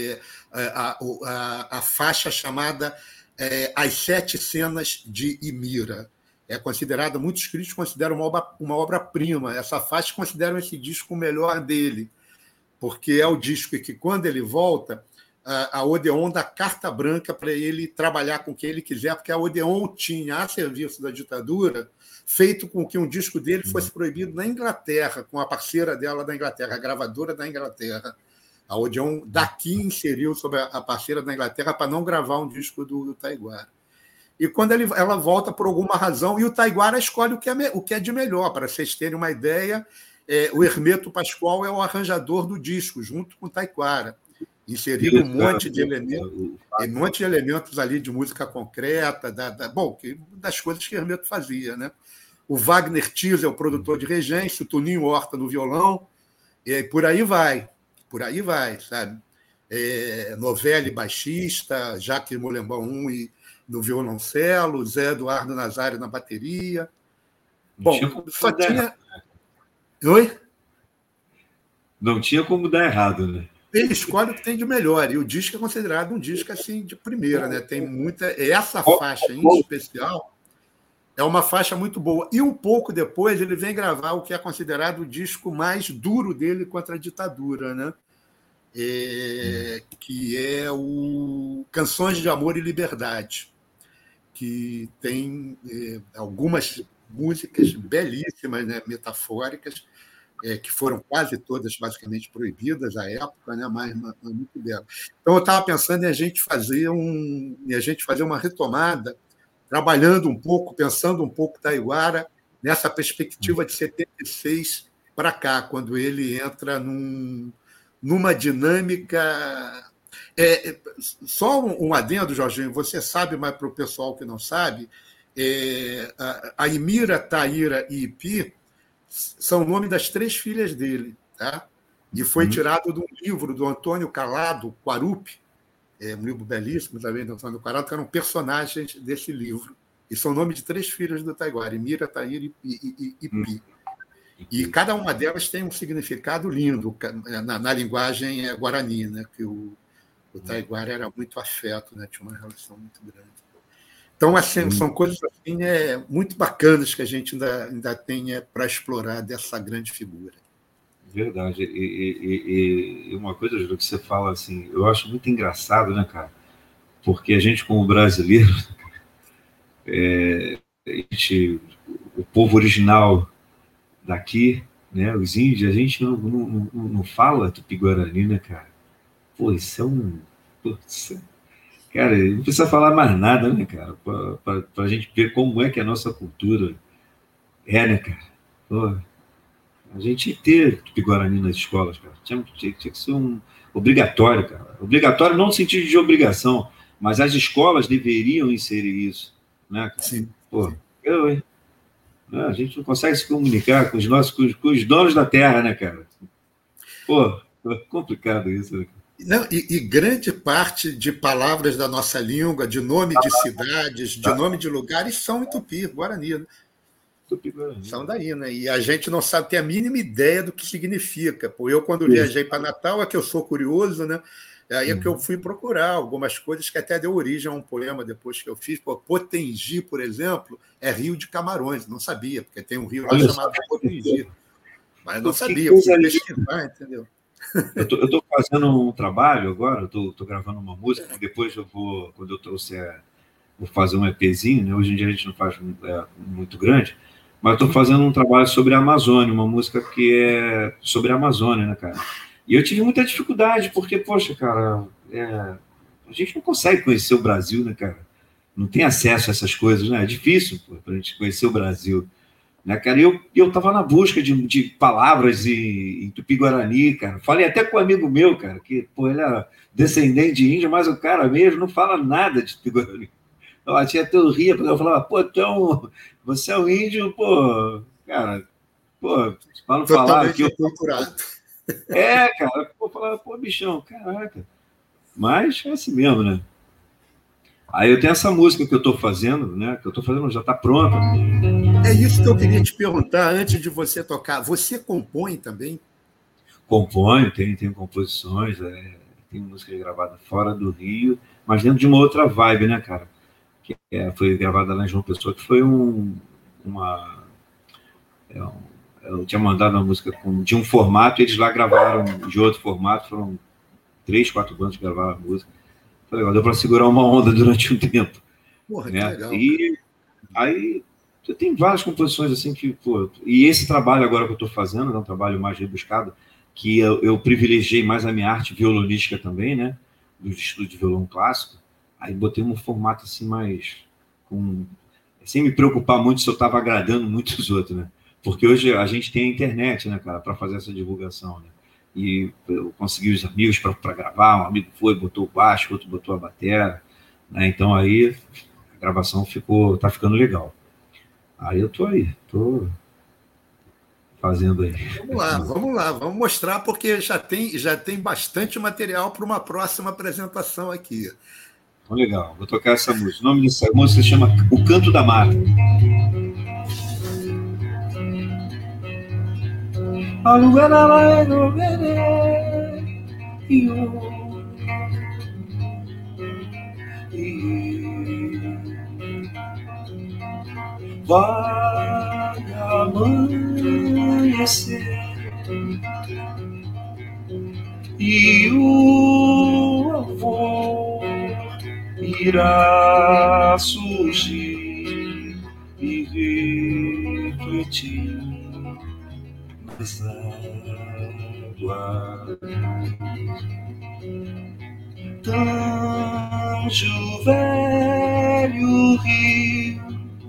a faixa chamada As Sete Cenas de Imira. É considerada, muitos críticos consideram uma obra-prima. Essa faixa consideram esse disco o melhor dele, porque é o disco que, quando ele volta, a Odeon dá carta branca para ele trabalhar com quem ele quiser, porque a Odeon tinha, a serviço da ditadura, feito com que um disco dele fosse proibido na Inglaterra, com a parceira dela da Inglaterra, a gravadora da Inglaterra. A Odeon daqui inseriu sobre a parceira da Inglaterra para não gravar um disco do Taiguara. E quando ela volta por alguma razão, e o Taiguara escolhe o que é de melhor. Para vocês terem uma ideia, o Hermeto Pascoal é o arranjador do disco, junto com o Taiguara. Inserido um monte de elementos ali de música concreta, das coisas que Hermeto fazia, né? O Wagner Tiso é o produtor de regência, o Toninho Horta no violão, e por aí vai, sabe? Novelli baixista, Jacques Molembaum no violoncelo, Zé Eduardo Nazário na bateria. Bom, só tinha... Oi? Não tinha como dar errado, né? Ele escolhe o que tem de melhor, e o disco é considerado um disco assim, de primeira, né? Tem muita... Essa faixa em especial é uma faixa muito boa. E um pouco depois ele vem gravar o que é considerado o disco mais duro dele contra a ditadura, né? Que é o Canções de Amor e Liberdade, que tem algumas músicas belíssimas, né, metafóricas, que foram quase todas basicamente proibidas à época, né, mas muito bela. Então, eu estava pensando em a gente fazer uma retomada, trabalhando um pouco, pensando um pouco Taiguara, nessa perspectiva de 76 para cá, quando ele entra numa dinâmica... Só um adendo, Jorginho, você sabe, mas para o pessoal que não sabe, a Imira, Taíra e Ipi são o nome das 3 filhas dele, tá? E foi tirado de um livro do Antônio Calado, Quarupi, um livro belíssimo também do Antônio Calado, que eram personagens desse livro. E são nomes de 3 filhas do Taiguara, Imira, Taíra e Ipi. E cada uma delas tem um significado lindo na linguagem guarani, né? Que o Taiguara era muito afeto, né? Tinha uma relação muito grande. Então, assim, são coisas assim, muito bacanas que a gente ainda tem para explorar dessa grande figura. Verdade. E uma coisa, Júlio, que você fala assim, eu acho muito engraçado, né, cara? Porque a gente, como brasileiro, o povo original daqui, né, os índios, a gente não fala tupi-guarani, né, cara? Pô, isso é um... Cara, não precisa falar mais nada, né, cara? Para a gente ver como é que a nossa cultura né, cara? Pô, a gente ter tupi-guarani nas escolas, cara. Tinha que ser obrigatório, cara. Obrigatório não no sentido de obrigação, mas as escolas deveriam inserir isso, né, cara? Sim. Pô, a gente não consegue se comunicar com os donos da terra, né, cara? Pô, é complicado isso, né? Não, e grande parte de palavras da nossa língua, de nome de cidades, de nome de lugares, são em tupi, guarani, né? São daí, né? E a gente não sabe ter a mínima ideia do que significa. Pô, eu, quando viajei para Natal, é que eu sou curioso, né? Aí é que eu fui procurar algumas coisas que até deu origem a um poema depois que eu fiz. Pô, Potengi, por exemplo, é Rio de Camarões. Não sabia, porque tem um rio lá chamado Potengi. Mas não sabia, eu fui pesquisar, entendeu? Eu estou fazendo um trabalho agora, estou gravando uma música, e depois quando eu trouxer, vou fazer um EPzinho, né? Hoje em dia a gente não faz muito grande, Mas eu tô fazendo um trabalho sobre a Amazônia, uma música que é sobre a Amazônia, né, cara? E eu tive muita dificuldade, porque, poxa, cara, a gente não consegue conhecer o Brasil, né, cara? Não tem acesso a essas coisas, né? É difícil, pô, pra gente conhecer o Brasil, né, cara? E eu tava na busca de palavras em Tupi-Guarani, cara. Falei até com um amigo meu, cara, que, pô, ele é descendente de índio, mas o cara mesmo não fala nada de Tupi-Guarani. A tia até ria, porque eu falava, pô, você é um índio, pô, cara, pô, para não falar Totalmente que eu... aculturado. Cara, pô, falava, pô, bichão, caraca. Mas é assim mesmo, né? Aí eu tenho essa música que eu tô fazendo, né? Que eu tô fazendo, já tá pronta. É isso que eu queria te perguntar antes de você tocar. Você compõe também? Componho, tenho composições, tem música gravada fora do Rio, mas dentro de uma outra vibe, né, cara? Que foi gravada lá em João Pessoa, que foi eu tinha mandado uma música de um formato, e eles lá gravaram de outro formato, foram 3, 4 bandas que gravaram a música. Foi legal, deu para segurar uma onda durante um tempo. Porra, né? Que legal. E aí tem várias composições assim que, pô, e esse trabalho agora que eu estou fazendo é um trabalho mais rebuscado, que eu privilegiei mais a minha arte violonística também, né? Dos estudos de violão clássico. Aí botei um formato assim mais sem me preocupar muito se eu estava agradando muitos outros, né? Porque hoje a gente tem a internet, né, cara, para fazer essa divulgação, né? E eu consegui os amigos para gravar, um amigo foi, botou o baixo, outro botou a bateria, né? Então aí a gravação tá ficando legal. Aí eu tô fazendo aí. Vamos lá, vamos mostrar, porque já tem bastante material para uma próxima apresentação aqui. Então, legal, vou tocar essa música. O nome dessa música se chama O Canto da Mata. Vai amanhecer e o amor irá surgir e refletir nas águas. Tanjo velho rio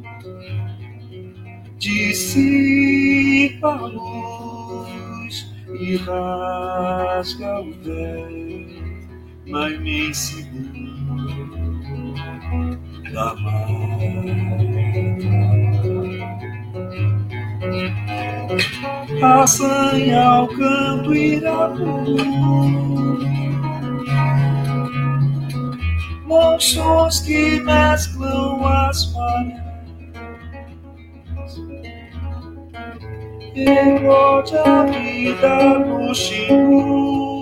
dissipa a luz e rasga o véu na imensidão da mata. Assanha o canto irapu, monstros que mesclam as marés. Erode a vida no Xingu,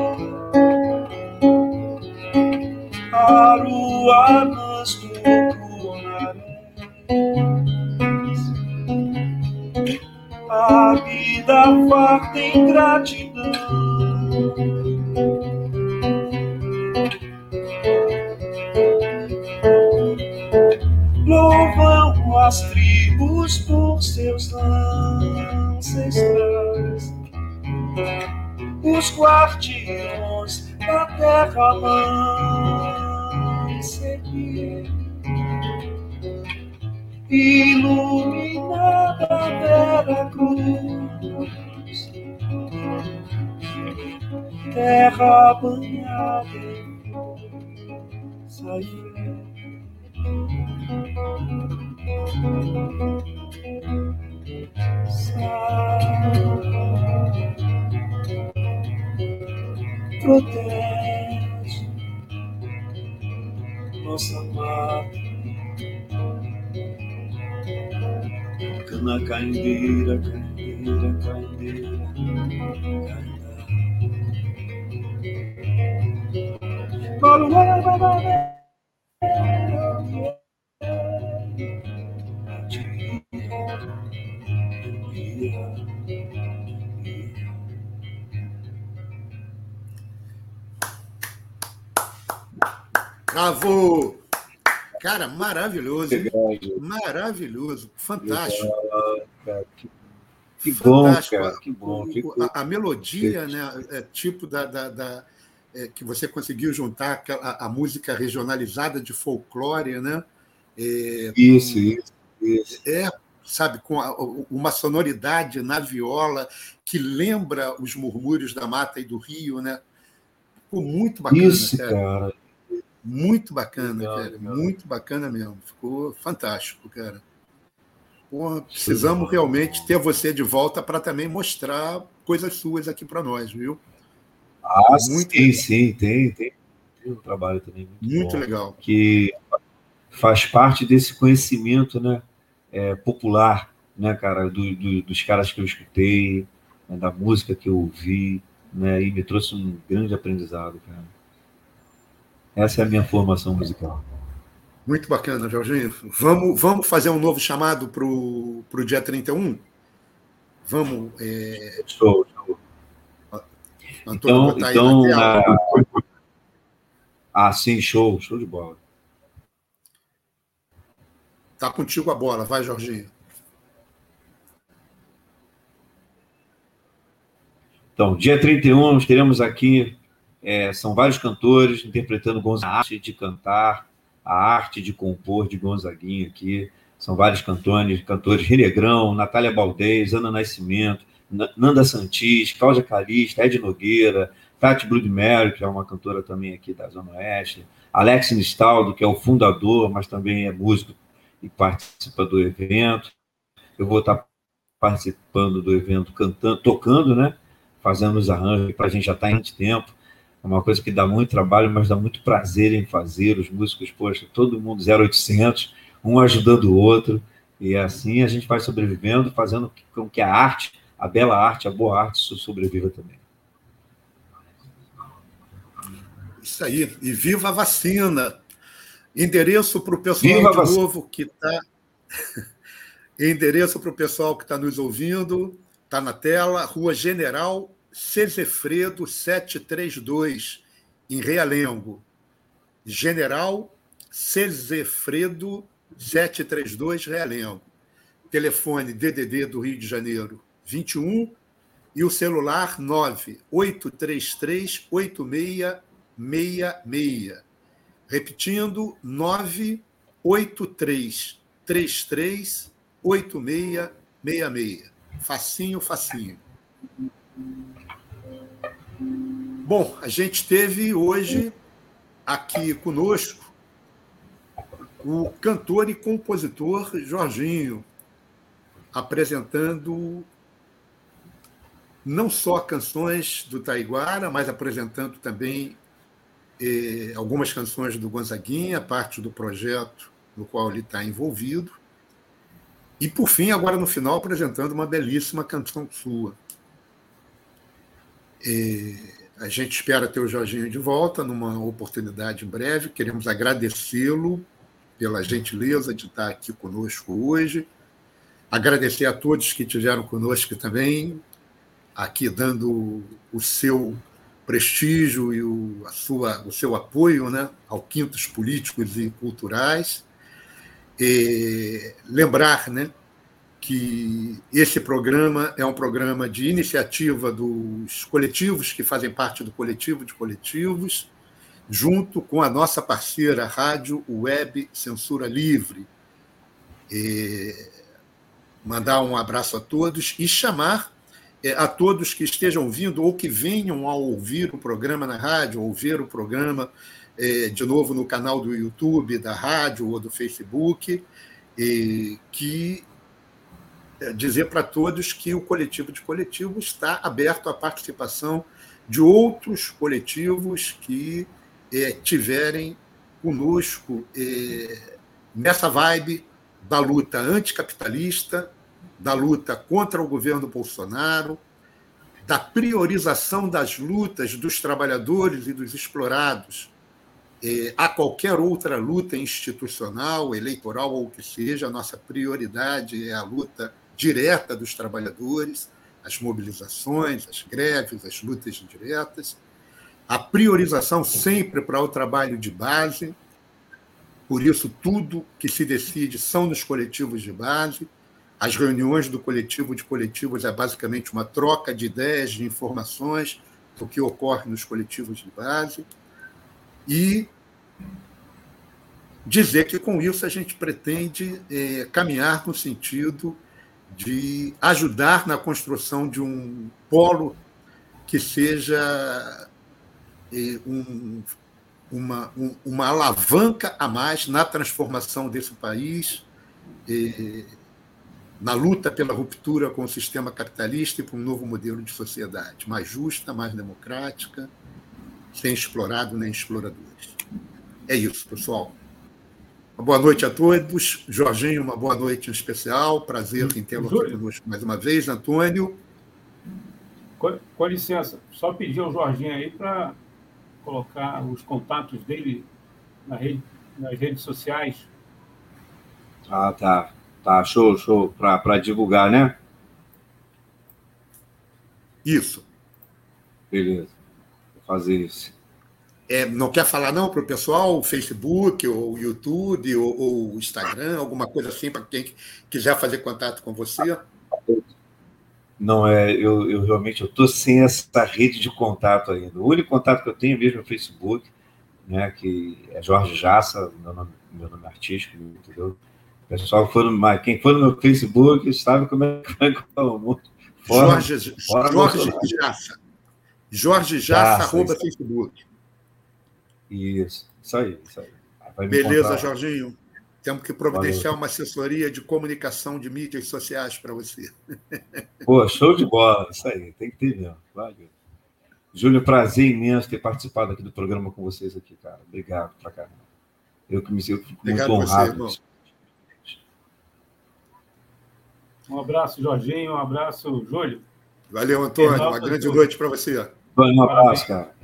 Aruanas do Cunarés. A vida farta em gratidão, louvam as tribos por seus ancestrais, os guardiões da terra-mãe seguir, iluminada Vera Cruz, terra banhada em força e fé. Protege nossa mata, cana caindeira, caindeira, caindeira, caindeira. Bravo! Cara, maravilhoso. Legal. Maravilhoso, fantástico. Legal, cara. Que bom, cara, que bom. A melodia, né, é tipo que você conseguiu juntar a música regionalizada de folclore, né? Isso. Sabe, com uma sonoridade na viola que lembra os murmúrios da mata e do rio, né? Ficou muito bacana, isso, cara. Muito bacana, legal, cara. Legal. Muito bacana mesmo. Ficou fantástico, cara. Porra, precisamos realmente ter você de volta para também mostrar coisas suas aqui para nós, viu? Muito legal. Sim, tem um trabalho também muito bom, legal. Que faz parte desse conhecimento, né, popular, né, cara, dos caras que eu escutei, né, da música que eu ouvi, né, e me trouxe um grande aprendizado, cara. Essa é a minha formação musical. Muito bacana, Jorginho. Vamos fazer um novo chamado para o dia 31? Vamos. Show. Então, sim, show de bola. Tá contigo a bola, vai, Jorginho. Então, dia 31, nós teremos aqui, são vários cantores interpretando Gonzaguinha, a arte de cantar, a arte de compor de Gonzaguinha aqui. São vários cantores, Renegrão, Natália Baldez, Ana Nascimento, Nanda Santis, Cláudia Calista, Ed Nogueira, Tati Bloodmary, que é uma cantora também aqui da Zona Oeste, Alex Nistaldo, que é o fundador, mas também é músico e participa do evento. Eu vou estar participando do evento cantando, tocando, né? Fazendo os arranjos, para a gente já está em tempo. É uma coisa que dá muito trabalho, mas dá muito prazer em fazer. Os músicos, poxa, todo mundo 0800, um ajudando o outro. E assim a gente vai sobrevivendo, fazendo com que a arte, a bela arte, a boa arte sobreviva também. Isso aí. E viva a vacina! Endereço para o pessoal de novo que está... Endereço para o pessoal que está nos ouvindo, está na tela, Rua General Cezefredo 732, em Realengo. General Cezefredo 732, Realengo. Telefone DDD do Rio de Janeiro, 21, e o celular 983386666. Repetindo, 983338666. Facinho. Bom, a gente teve hoje aqui conosco o cantor e compositor Jorginho, apresentando não só canções do Taiguara, mas apresentando também algumas canções do Gonzaguinha, parte do projeto no qual ele está envolvido. E, por fim, agora no final, apresentando uma belíssima canção sua. A gente espera ter o Jorginho de volta numa oportunidade em breve. Queremos agradecê-lo pela gentileza de estar aqui conosco hoje. Agradecer a todos que estiveram conosco também, aqui dando o seu prestígio e o seu apoio, né, ao Quintos Políticos e Culturais. Lembrar, né, que esse programa é um programa de iniciativa dos coletivos que fazem parte do Coletivo de Coletivos, junto com a nossa parceira Rádio Web Censura Livre. Mandar um abraço a todos e chamar a todos que estejam vindo ou que venham a ouvir o programa na rádio, ou ver o programa de novo no canal do YouTube, da rádio ou do Facebook, que dizer para todos que o Coletivo de Coletivos está aberto à participação de outros coletivos que tiverem conosco nessa vibe da luta anticapitalista, da luta contra o governo Bolsonaro, da priorização das lutas dos trabalhadores e dos explorados a qualquer outra luta institucional, eleitoral ou o que seja. A nossa prioridade é a luta direta dos trabalhadores, as mobilizações, as greves, as lutas diretas, a priorização sempre para o trabalho de base, Por isso, tudo que se decide são nos coletivos de base. As reuniões do coletivo de coletivos é basicamente uma troca de ideias, de informações, do que ocorre nos coletivos de base. E dizer que, com isso, a gente pretende caminhar no sentido de ajudar na construção de um polo que seja uma alavanca a mais na transformação desse país, na luta pela ruptura com o sistema capitalista e para um novo modelo de sociedade, mais justa, mais democrática, sem explorado nem exploradores. É isso, pessoal. Uma boa noite a todos. Jorginho, uma boa noite em especial. Prazer em tê-lo aqui conosco mais uma vez. Antônio. Com licença, só pedir ao Jorginho aí para colocar os contatos dele nas redes sociais. Ah, tá. Tá, show. Para divulgar, né? Isso. Beleza. Vou fazer isso. Não quer falar, não, para o pessoal? O Facebook, ou o YouTube, ou o Instagram, alguma coisa assim, para quem quiser fazer contato com você? Não, eu realmente estou sem essa rede de contato ainda. O único contato que eu tenho é mesmo no Facebook, né, que é Jorge Jassa, meu nome artístico, entendeu? O pessoal, quem for no meu Facebook sabe como é que vai o mundo. Jorge Jassa, arroba Facebook. Isso aí. Beleza, Jorginho. Temos que providenciar uma assessoria de comunicação de mídias sociais para você. Pô, show de bola. Isso aí, tem que ter mesmo. Valeu. Júlio, prazer imenso ter participado aqui do programa com vocês aqui, cara. Obrigado pra caramba. Eu fico muito honrado. Um abraço, Jorginho. Um abraço, Júlio. Valeu, Antônio. Uma grande noite para você. Um abraço, cara.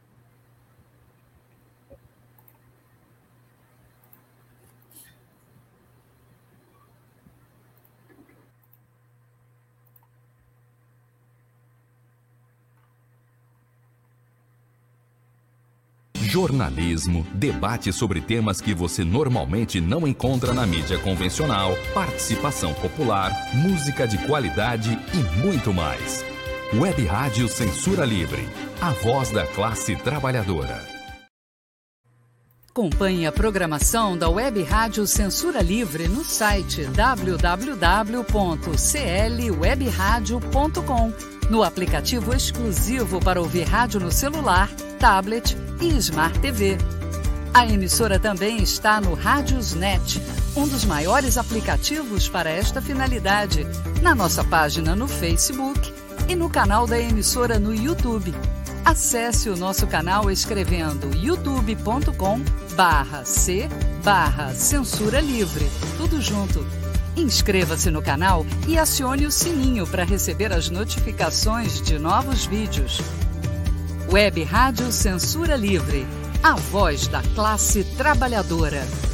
Jornalismo, debate sobre temas que você normalmente não encontra na mídia convencional, participação popular, música de qualidade e muito mais. Web Rádio Censura Livre, a voz da classe trabalhadora. Acompanhe a programação da Web Rádio Censura Livre no site www.clwebradio.com, no aplicativo exclusivo para ouvir rádio no celular, tablet e Smart TV. A emissora também está no Radiosnet, um dos maiores aplicativos para esta finalidade, na nossa página no Facebook e no canal da emissora no YouTube. Acesse o nosso canal escrevendo youtube.com/c/censura livre, tudo junto. Inscreva-se no canal e acione o sininho para receber as notificações de novos vídeos. Web Rádio Censura Livre, a voz da classe trabalhadora.